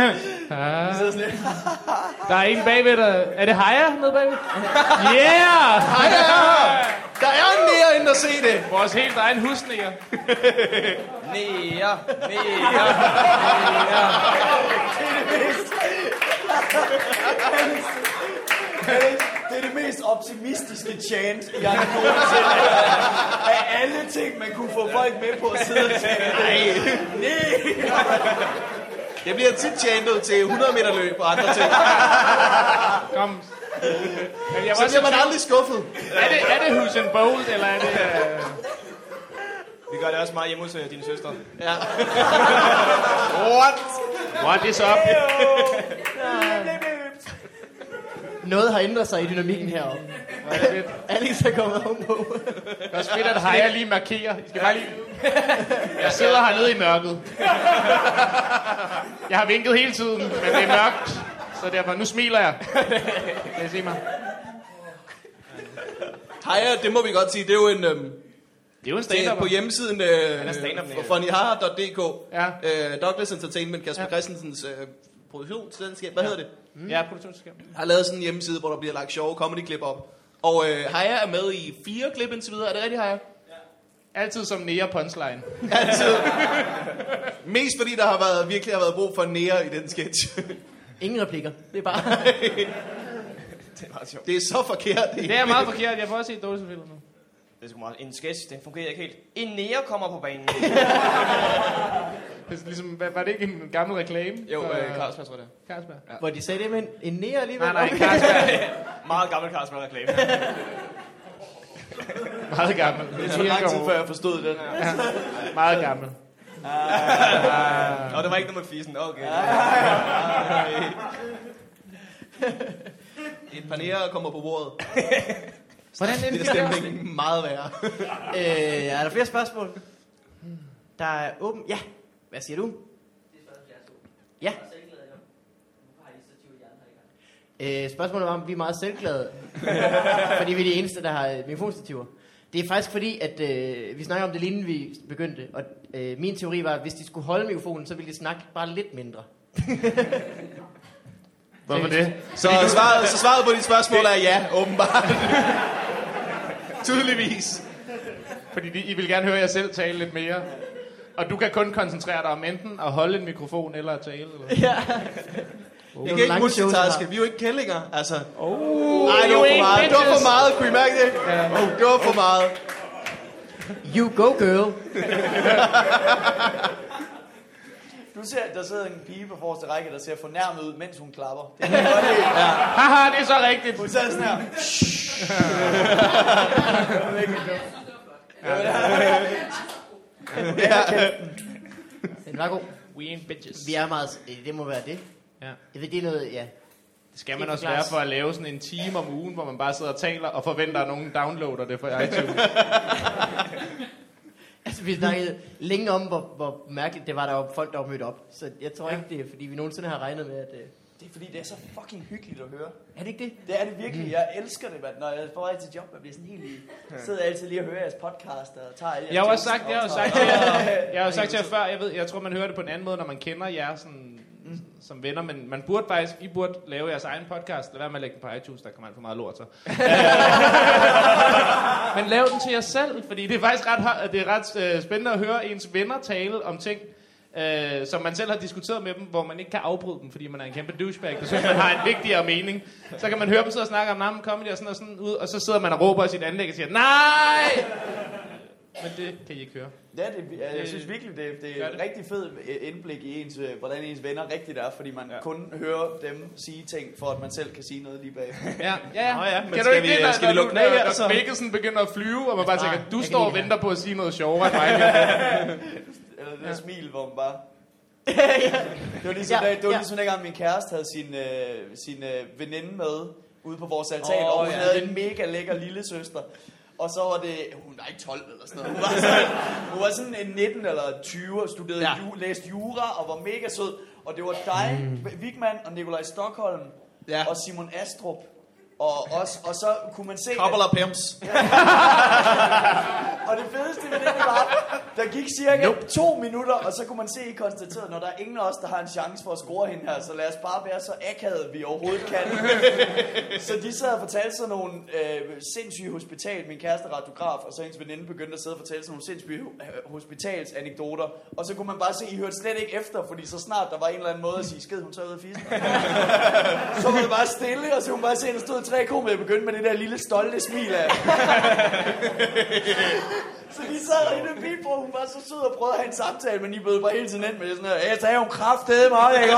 C: Der er en bagved, der... Er det Haja nede bagved? Yeah!
B: Haja! Der er en nære inde at se det.
C: Vores helt egen husnære.
D: Nære.
E: Det er det mest optimistiske chant, jeg har nogensinde hørt. Af alle ting, man kunne få folk med på at sidde og tage. Nej.
B: Det bliver tit chantet til 100 meter løb og andre ting.
C: Kom.
B: Så bliver man aldrig skuffet.
C: Er det Usain Bolt, eller er det...
D: Vi gør det også meget hjemme hos dine søstre.
B: Ja.
C: What is up?
A: Noget har ændret sig i dynamikken heroppe. Alex er kommet ovenpå.
C: Det er også fedt, at Haja lige markerer. I skal bare lige... Jeg sidder hernede i mørket. Jeg har vinket hele tiden, men det er mørkt. Så derfor, nu smiler jeg. Kan I se mig?
B: Haja, det må vi godt sige, det er jo en...
C: Det er jo en stand-up.
B: På hjemmesiden funnyhaha.dk. Douglas Entertainment, Kasper Christensens produktionsselskab. Hvad hedder det?
C: Ja, produktionsselskab.
B: Har lavet sådan en hjemmeside, hvor der bliver lagt sjove comedy-klip op. Og Haja er med i 4 klip indtil videre. Er det rigtigt, Haja?
C: Altid som nære punchline.
B: Altid. Mest fordi der virkelig har været brug for nære i den sketch.
A: Ingen replikker. Det er bare...
B: Det er så forkert.
C: Det er meget forkert. Jeg får også set dårligt film nu.
D: Det er sgu meget. En sketch, den fungerer ikke helt. En nære kommer på banen.
C: Det er ligesom, var det ikke en gammel reklame?
D: Jo, Carlsberg, tror jeg det.
C: Carlsberg.
A: Ja. Hvor de sagde det med en nære alligevel.
C: Nej, Carlsberg.
D: Meget gammel Carlsberg-reklame.
C: Meget gammel.
E: Det er så lang tid før jeg forstod den.
C: Ja. Meget gammel.
D: Og det var ikke noget med fisen. Okay.
B: Et par nære kommer på bordet.
A: Hvordan
B: det er stemningen meget værre.
A: Er der flere spørgsmål? Der er åben. Ja. Hvad siger du? Ja. Spørgsmålet var, om vi er meget selvglade. Fordi vi er de eneste, der har mikrofonstativer. Det er faktisk fordi, at vi snakker om det lige inden vi begyndte. Og min teori var, at hvis de skulle holde mikrofonen, så ville de snakke bare lidt mindre.
C: Hvorfor det?
B: Så svaret på dit spørgsmål er ja, åbenbart. Tydeligvis.
C: Fordi I vil gerne høre jer selv tale lidt mere. Og du kan kun koncentrere dig om enten at holde en mikrofon eller at tale. Eller?
A: Ja.
B: Vi kan ikke multitaske. Vi er jo ikke kællinger. Altså. Nej, det
C: var
B: for meget. Det var for meget. Kunne I mærke det? Ja. Det var for meget.
A: You go, girl.
E: Du ser, der sidder en pige på forreste række, der ser fornærmet ud, mens hun klapper. Det
C: er haha, det er så rigtigt.
E: Hun sidder sådan her.
A: Den var god.
C: We ain't bitches.
A: Vi er meget... Det må være det.
C: Ja.
A: Jeg ved, det er noget... Ja.
C: Det skal man også være for at lave sådan en time om ugen, hvor man bare sidder og taler og forventer, at nogen downloader det fra iTunes.
A: Altså, vi snakkede længe om, hvor mærkeligt det var, der var folk, der var mødt op. Så jeg tror ikke, det er, fordi vi nogensinde har regnet med, at...
E: Det er fordi, det er så fucking hyggeligt at høre.
A: Er det ikke det?
E: Det er det virkelig. Jeg elsker det, når jeg får vej til job, jeg bliver sådan helt i... Sidder altid lige og hører jeres podcast og tager alle jeres...
C: Jeg har jo sagt til jer før, jeg tror, man hører det på en anden måde, når man kender jer sådan, som venner, men man burde faktisk, I burde lave jeres egen podcast. Lad være med at lægge den på iTunes, der kan man få meget lort så. Men lav den til jer selv, fordi det er faktisk ret spændende at høre ens venner tale om ting, som man selv har diskuteret med dem, hvor man ikke kan afbryde dem, fordi man er en kæmpe douchebag, så man har en vigtigere mening. Så kan man høre dem sidde og snakke om navn, comedy og sådan ud, og så sidder man og råber i sit anlæg og siger, nej! Men det kan I ikke høre.
E: Ja, jeg synes virkelig, det er et rigtig fedt indblik i ens, hvordan ens venner rigtigt er, fordi man kun hører dem sige ting, for at man selv kan sige noget lige bag.
C: Ja.
B: Men kan du ikke det,
C: skal vi lukke ned her? Når Mikkelsen begynder at flyve, og man bare tænker, du står og venter på at sige noget sjovere end mig.
E: Eller det der smil, hvor man bare... Det var ligesom dengang min kæreste havde sin veninde med ude på vores altan, og hun havde en mega lækker lille søster. Og så var det... Hun var ikke 12 eller sådan noget. Hun var sådan en 19 eller 20 og studerede læste jura og var mega sød. Og det var dig, Vigman og Nikolaj Stockholm og Simon Astrup. Og så kunne man se...
B: Couple of pimps.
E: Og det fedeste ved det var, der gik cirka 2 minutter, og så kunne man se, I konstateret, når der er ingen af os, der har en chance for at score hende her, så lad os bare være så akavet, vi overhovedet kan. Så de sad og fortalte sådan nogle sindssyge hospital, min kæreste radiograf, og så hendes veninde begyndte at sidde og fortælle sådan nogle sindssyge hospitalsanekdoter, og så kunne man bare se, I hørte slet ikke efter, fordi så snart der var en eller anden måde at sige, sked hun så ud af fissen. Så var det bare stille, og så kunne man bare se, at der stod 3 komiker begyndte med det der lille stolte smil af. Så de sad inde i bilen, hun var så sød og prøvede at have en samtale, men I bød bare hele tiden ind med det sådan her, jeg sagde, hun kraftede mig, ikke?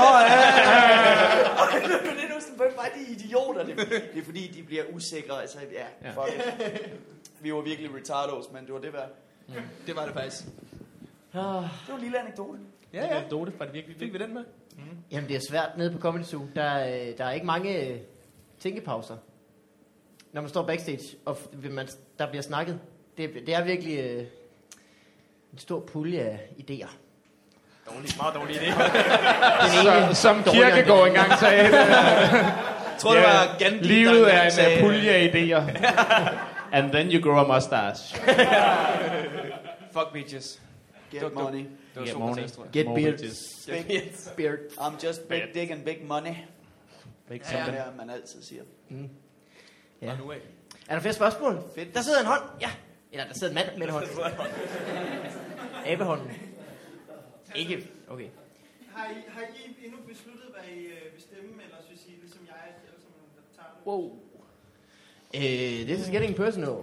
E: Men det er nu sådan bare de idioter. Det er fordi, de bliver usikre. Altså, fuck it. Vi var virkelig retardos, men det var det værd.
B: Det var det faktisk.
E: Det var en lille anekdote.
C: Ja. Anekdote, var det virkelig?
B: Fik vi den med?
A: Jamen, det er svært nede på Comedy Zoo. Der er ikke mange tænkepauser, når man står backstage, og der bliver snakket. Det er virkelig en stor pulje af idéer.
D: Meget dårlige idéer.
C: Som Kierkegaard engang sagde.
B: Jeg tror, det var Gandhi,
C: livet er en pulje af idéer. And then you grow a mustache.
D: Fuck bitches.
E: Get money.
C: Get money.
A: Get beard.
E: I'm just big dick and big money.
C: Big
E: something. Ja, man altid siger.
A: Ja. Er der flere spørgsmål?
E: Fedt.
A: Der sidder en hånd. Ja. Eller der sidder en mand med en hånd. Abehånden. Ikke. Okay.
F: Har I endnu besluttet, hvad I vil stemme, eller synes I, ligesom jeg, eller som nogen, der tager det?
A: Wow. This is getting personal.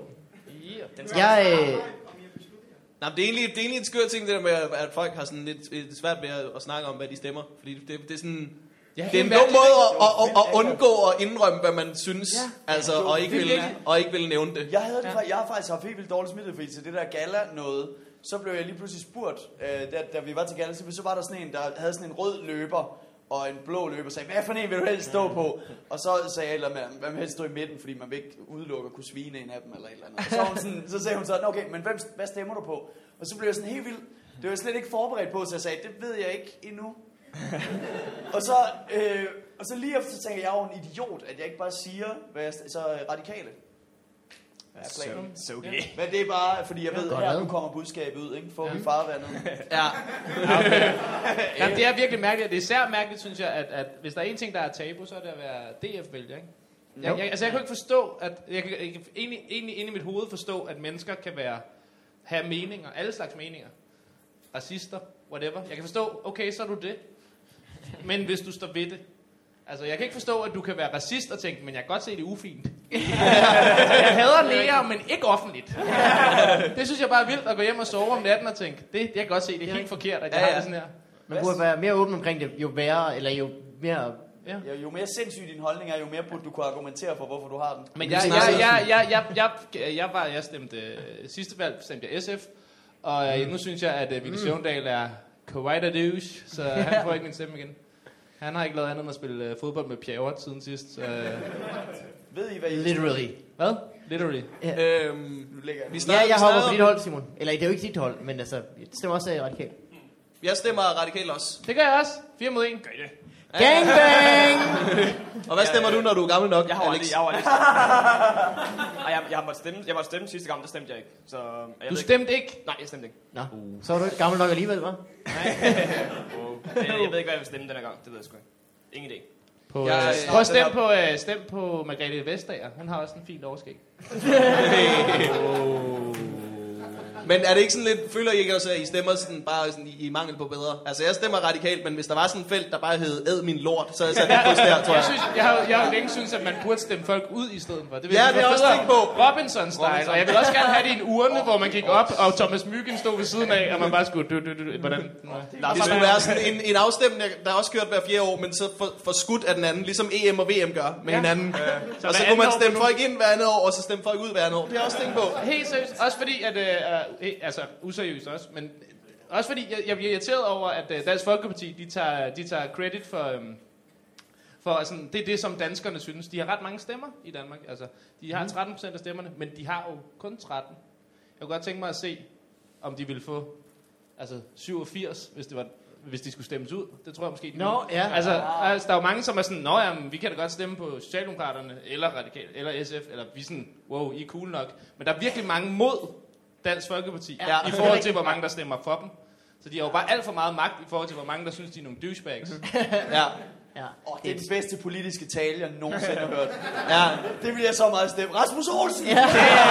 B: Nej, det er egentlig en skør ting, det der med, at folk har sådan lidt svært ved at snakke om, hvad de stemmer. Fordi det er sådan... Ja, det er en dum måde at undgå at indrømme, hvad man synes, altså, og ikke vil nævne det.
E: Jeg har faktisk haft helt vildt dårligt smittet, fordi til det der gala noget, så blev jeg lige pludselig spurgt, da vi var til gala, så var der sådan en, der havde sådan en rød løber, og en blå løber, og sagde, hvad for en vil du helst stå på? Og så sagde jeg, at man vil helst stå i midten, fordi man vil ikke udelukke at kunne svine en af dem, eller et eller andet. Og så sagde hun sådan, okay, men hvad stemmer du på? Og så blev jeg sådan helt vildt, det var jeg slet ikke forberedt på, så jeg sagde, det ved jeg ikke endnu. og så lige efter så tænker jeg jo en idiot, at jeg ikke bare siger, hvad jeg så radikale.
D: Så okay.
E: Men det er bare, fordi jeg ved, at nu kommer budskabet ud, ikke? Får vi farvandet.
C: Ja. Okay. Jamen, det er virkelig mærkeligt. Det er især mærkeligt, synes jeg, at hvis der er en ting, der er tabu, så er det at være DF-vælger, ikke? Jeg kan ikke forstå, at jeg kan egentlig inde i mit hoved forstå, at mennesker kan have meninger, alle slags meninger. Racister, whatever. Jeg kan forstå, okay, så er du det. Men hvis du står ved det. Altså, jeg kan ikke forstå, at du kan være racist og tænke, men jeg kan godt se, det er ufint. Jeg hader nære, men ikke offentligt. Det synes jeg bare er vildt at gå hjem og sove om natten og tænke, jeg kan godt se, det er helt forkert, at jeg har det sådan her.
A: Man burde være mere åben omkring det, jo værre, eller jo mere...
E: Ja. Jo mere sindssyg din holdning er, jo mere burde du kunne argumentere for, hvorfor du har den.
C: Men jeg stemte sidste valg stemte jeg SF, og nu synes jeg, at Villy Søvndal er quite a douche, så han får ikke min stemme igen. Han har ikke lavet andet end at spille fodbold med pjaver siden sidst.
E: Ved I, hvad I...
A: Literally.
C: Hvad? Literally.
A: Jeg hopper på dit hold, Simon. Eller det er jo ikke dit hold, men altså, jeg stemmer også radikal.
B: Jeg stemmer radikal også.
C: Det gør jeg også. 4 mod 1.
D: Gør I det?
A: Gangbang!
B: Og hvad stemmer du, når du er gammel nok, Alex?
D: Jeg måtte stemme sidste gang, der stemte jeg ikke. Så,
C: du stemte ikke?
D: Nej, jeg stemte ikke.
A: Nå, så er du ikke gammel nok alligevel, hva'?
D: Nej. Jeg ved ikke, hvad jeg vil stemme denne gang. Det ved jeg sgu ikke. Ingen idé.
C: Prøv at stemme på Margrethe Vestager. Hun har også en fin overskæg.
B: Men er det ikke sådan lidt, føler I ikke også, at I stemmer sådan bare sådan i mangel på bedre? Altså jeg stemmer radikalt, men hvis der var sådan en felt, der bare hed æd min lort, så havde jeg sat en kryds der, tror jeg.
C: Jeg har længe synes, at man burde stemme folk ud i stedet for. Det
B: det er også tænkt på.
C: Robinson-style, og jeg vil også gerne have det i en urne, hvor man gik op, og Thomas Myggen stod ved siden af, og man bare skulle hvordan...
B: Det skulle være sådan en afstemning, der er også kørt hver 4 år, men så for skudt af den anden, ligesom EM og VM gør med hinanden. Og så kunne man stemme folk ind hver andet år, og så stemme folk ud hver andet år. Det er også tænkt på. Helt
C: seriøst. Også fordi, at... altså useriøst også, men også fordi jeg bliver irriteret over, at Dansk Folkeparti, de tager credit for sådan, det er det, som danskerne synes. De har ret mange stemmer i Danmark. Altså, de har 13% af stemmerne, men de har jo kun 13. Jeg kunne godt tænke mig at se, om de ville få 87, hvis de skulle stemmes ud. Det tror jeg måske, de ville. Altså, der er jo mange, som er sådan, vi kan da godt stemme på Socialdemokraterne, eller Radikale, eller SF, eller vi sådan, wow, I er cool nok. Men der er virkelig mange mod Dansk Folkeparti, i forhold til, hvor mange der stemmer for dem. Så de har jo bare alt for meget magt i forhold til, hvor mange der synes, de er nogle douchebags.
E: Det er den bedste politiske tale, jeg nogensinde har hørt. Det vil jeg så meget stemme. Rasmus Olsen! Jeg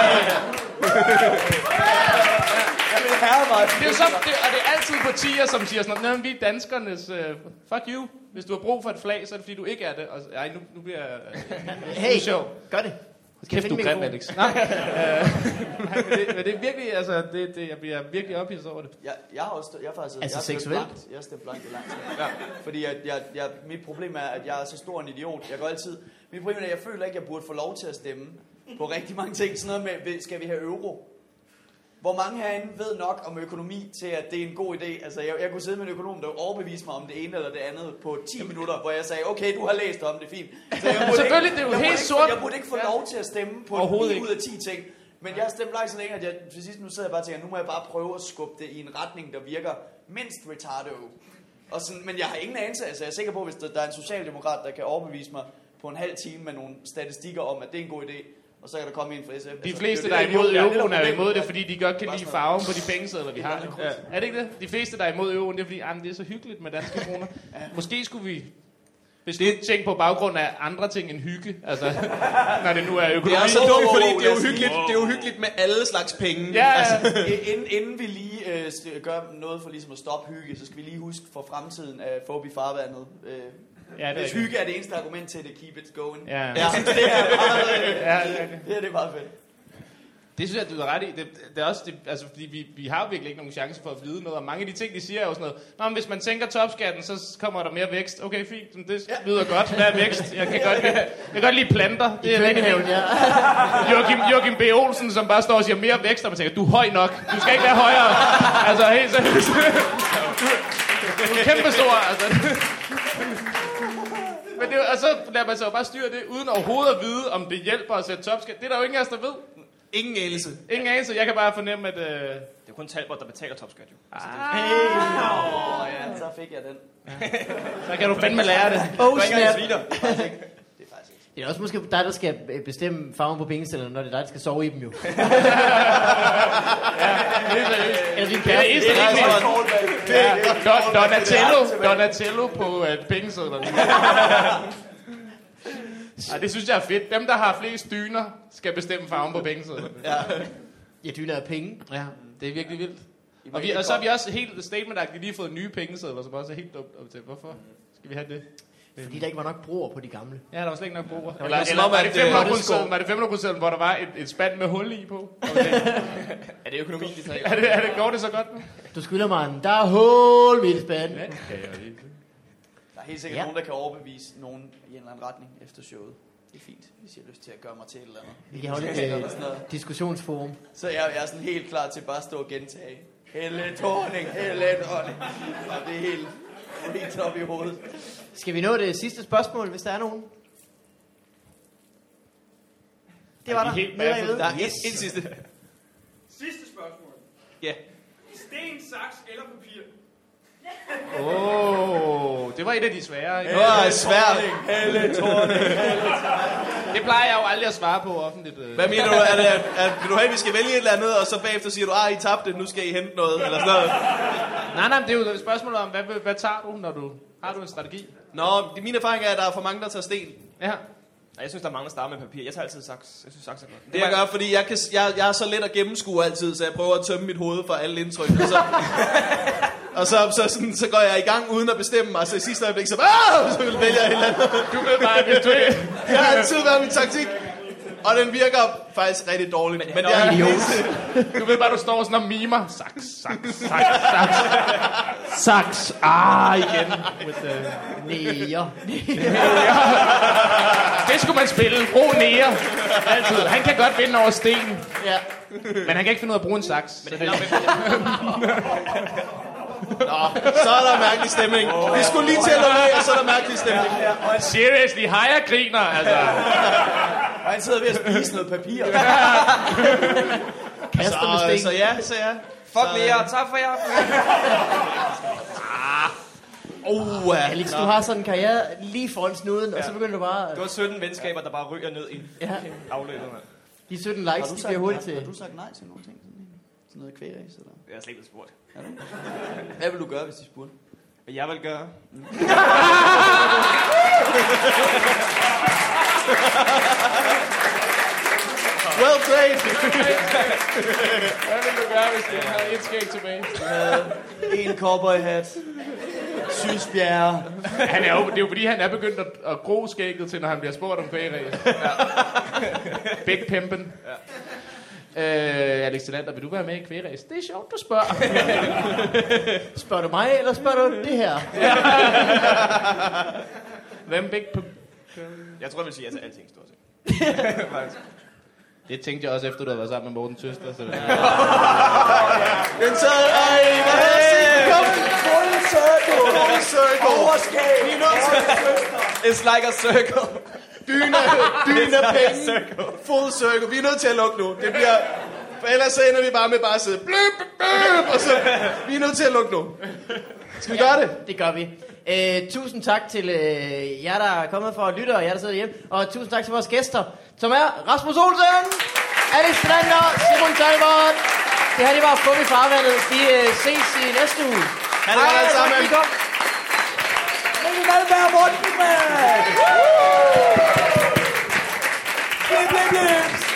E: vil have mig.
C: Det er jo så, og det er altid partier, som siger sådan noget, vi er danskernes, fuck you. Hvis du har brug for et flag, så er det fordi, du ikke er det. Og, nu bliver
A: hey, sjov. Gør det.
C: Kæft, du er grim, Alex. Men det er virkelig, jeg bliver virkelig ophidset over det.
E: Jeg har stemt blankt i lang tid. Fordi mit problem er, at jeg er så stor en idiot. Mit problem er, at jeg føler ikke, at jeg burde få lov til at stemme på rigtig mange ting. Sådan noget med, skal vi have euro? Hvor mange herinde ved nok om økonomi til, at det er en god idé? Altså, jeg kunne sidde med en økonom, der overbeviste mig om det ene eller det andet på 10 minutter, hvor jeg sagde, okay, du har læst om det, fint. Så
C: selvfølgelig, det er jo helt sort.
E: Jeg burde ikke få lov til at stemme på 9 ud af 10 ting. Men jeg har stemt langt så længe, at jeg til sidst nu sidder jeg bare og tænker, nu må jeg bare prøve at skubbe det i en retning, der virker mindst retardo. Og sådan, men jeg har ingen anelse. Altså, jeg er sikker på, hvis der er en socialdemokrat, der kan overbevise mig på en halv time med nogle statistikker om, at det er en god idé, og så kan der komme en fra SF.
C: De fleste, der er imod euroen, er imod det, fordi de godt kan lide farven på de pengesedler, vi har. Er det ikke det? De fleste, der er imod euroen, det er fordi, det er så hyggeligt med danske kroner. Måske skulle vi beslutning på baggrund af andre ting end hygge. Altså, når det nu er økonomi.
B: Det er så dumt, fordi det er uhyggeligt med alle slags penge.
C: Ja,
B: altså.
E: Inden vi lige gør noget for ligesom at stoppe hygge, så skal vi lige huske for fremtiden af Fobi farvandet. Hvis hygge er det eneste argument til det, keep it going.
C: Ja.
E: Jeg synes, det er meget fedt.
C: Det synes jeg, du er ret i. Det er også, altså, fordi vi har virkelig ikke nogen chance for at vide noget. Og mange af de ting, de siger, er jo sådan noget. Nå, men hvis man sænker topskatten, så kommer der mere vækst. Okay, fint. Det lyder godt. Hvad er vækst? Jeg kan godt lide planter. Det er rigtig
A: København, ja.
C: Joachim B. Olsen, som bare står og siger mere vækst, og man tænker, du er høj nok. Du skal ikke være højere. Altså, helt seriøst. Du er kæmpe stor, altså. Men det, og så lader man sig jo bare styre det, uden overhovedet at vide, om det hjælper at sætte topskat. Det er der jo ingen af os, der ved.
B: Ingen anelse.
C: Ingen anelse. Jeg kan bare fornemme, at...
D: Det er kun Talbot, der betaler topskat, jo.
E: Ja, så fik jeg den.
C: Så kan du fandme lære det.
A: Det er også måske dig, der skal bestemme farven på pengesedlerne, når det er dig, der skal sove i dem jo.
C: Eller din kæreste. Donatello på pengesedlerne. Ej, det synes jeg er fedt. Dem, der har flest dyner, skal bestemme farven på pengesedlerne.
A: Ja, dyner er penge.
C: Ja, det er virkelig vildt. Og så har vi også helt statement-agtigt lige fået nye pengesedler, som også er helt dumt op til. Hvorfor skal vi have det?
A: Fordi der ikke var nok broer på de gamle.
C: Ja, der var slet ikke nok broer.
B: Eller
C: var det 500%, hvor der var et spand med hul i på?
D: Er det økonomien, de tager?
C: Går det så godt nu?
A: Du skylder mig en, der er hul i et spand.
C: Ja,
E: Der er helt sikkert nogen, der kan overbevise nogen i en eller anden retning efter showet. Det er fint, hvis jeg har lyst til at gøre mig til et eller andet.
A: Vi kan holde et diskussionsforum.
E: Så jeg er sådan helt klar til bare at stå og gentage. Helle Thorning. Og det er helt op i hovedet.
A: Skal vi nå det sidste spørgsmål, hvis der er nogen? Det var der.
B: Der er et sidste.
F: Sidste spørgsmål.
B: Ja.
F: Sten, saks eller papir?
C: Det var et af de svære.
B: Det var svært.
E: Helle Thorning.
C: Det plejer jeg jo aldrig at svare på offentligt.
B: Hvad mener du? Vil du have, at vi skal vælge et eller andet, og så bagefter siger du, I tabte, nu skal I hente noget, eller sådan noget?
C: Nej, det er jo et spørgsmål om, hvad tager du, når du... Har du en strategi?
B: Nå, min erfaring er, at der er for mange, der tager sten.
C: Ja.
D: Jeg synes, der er mange, der starter med papir. Jeg tager altid saks. Jeg synes, saks er godt.
B: Det jeg gør, fordi jeg er så let at gennemskue altid, så jeg prøver at tømme mit hoved for alle indtryk. Og så går jeg i gang uden at bestemme mig, så i sidste øjeblik så vælger jeg et eller andet.
C: Du ved bare, hvis du ikke...
B: Det har altid været min taktik. Og den virker faktisk rigtig dårligt. Men det er
A: idiot.
C: Du ved bare, du står sådan og mimer. Saks. Igen.
A: Næger.
C: Det skulle man spille. Brug næger. Altid. Han kan godt vinde over sten.
A: Ja.
C: Men han kan ikke finde ud af at bruge en saks.
B: Nå, så er der mærkelig stemning. Vi skulle lige til at lukke af, og så er der mærkelig stemning.
C: Seriously, Haya griner, altså.
E: Og han sidder ved at spise noget papir.
A: Kaster med sten.
B: Så ja.
D: Fuck mere, tak for jer.
A: Alex, du har sådan en karriere lige foran snuden, og så begynder du bare...
D: Du har 17 venskaber, der bare ryger ned i afløbet, mand.
A: De 17 likes, de bliver hurtigt til...
E: Har du sagt nej til nogle ting? Sådan noget kvægræs, eller?
D: Jeg har slet ikke spurgt.
E: Hvad vil du gøre, hvis de spurgte?
D: Hvad jeg vil gøre?
B: Well played.
C: Hvad vil du gøre, hvis du havde et skæg tilbage?
E: En cowboyhat. Synsbjerre.
C: Det er jo fordi, han er begyndt at gro skægget til, når han bliver spurgt om kvægræs. Big Pimpen. Alex Tillander, vil du være med i kvægræs? Det er sjovt, du spørger.
A: Spørger du mig, eller spørger du det her?
C: Hvem Big Pimpen?
D: Jeg tror, jeg vil sige ja til alting, stort set.
C: Det tænkte jeg også efter, du havde været sammen med Morten Søster. Så det...
B: Den så... Kom! Full circle! Overskæg!
D: It's like a circle.
B: Dyne penge. Full circle. Vi er nødt til at lukke nu. Det bliver... For ellers så ender vi bare med bare at sidde... og så... Vi er nødt til at lukke nu. Skal vi gøre det?
A: Det gør vi. Tusind tak til jer, der er kommet for at lytte, og jer, der sidder hjemme. Og tusind tak til vores gæster, som er Rasmus Olsen, Alex Tillander, Simon Talbot. Det her, det var Fubi farvandet. Vi ses i næste uge.
B: Ha' det godt alle sammen.
E: Mikkel Malmberg og Morten Wigman! Blip, blip, blip!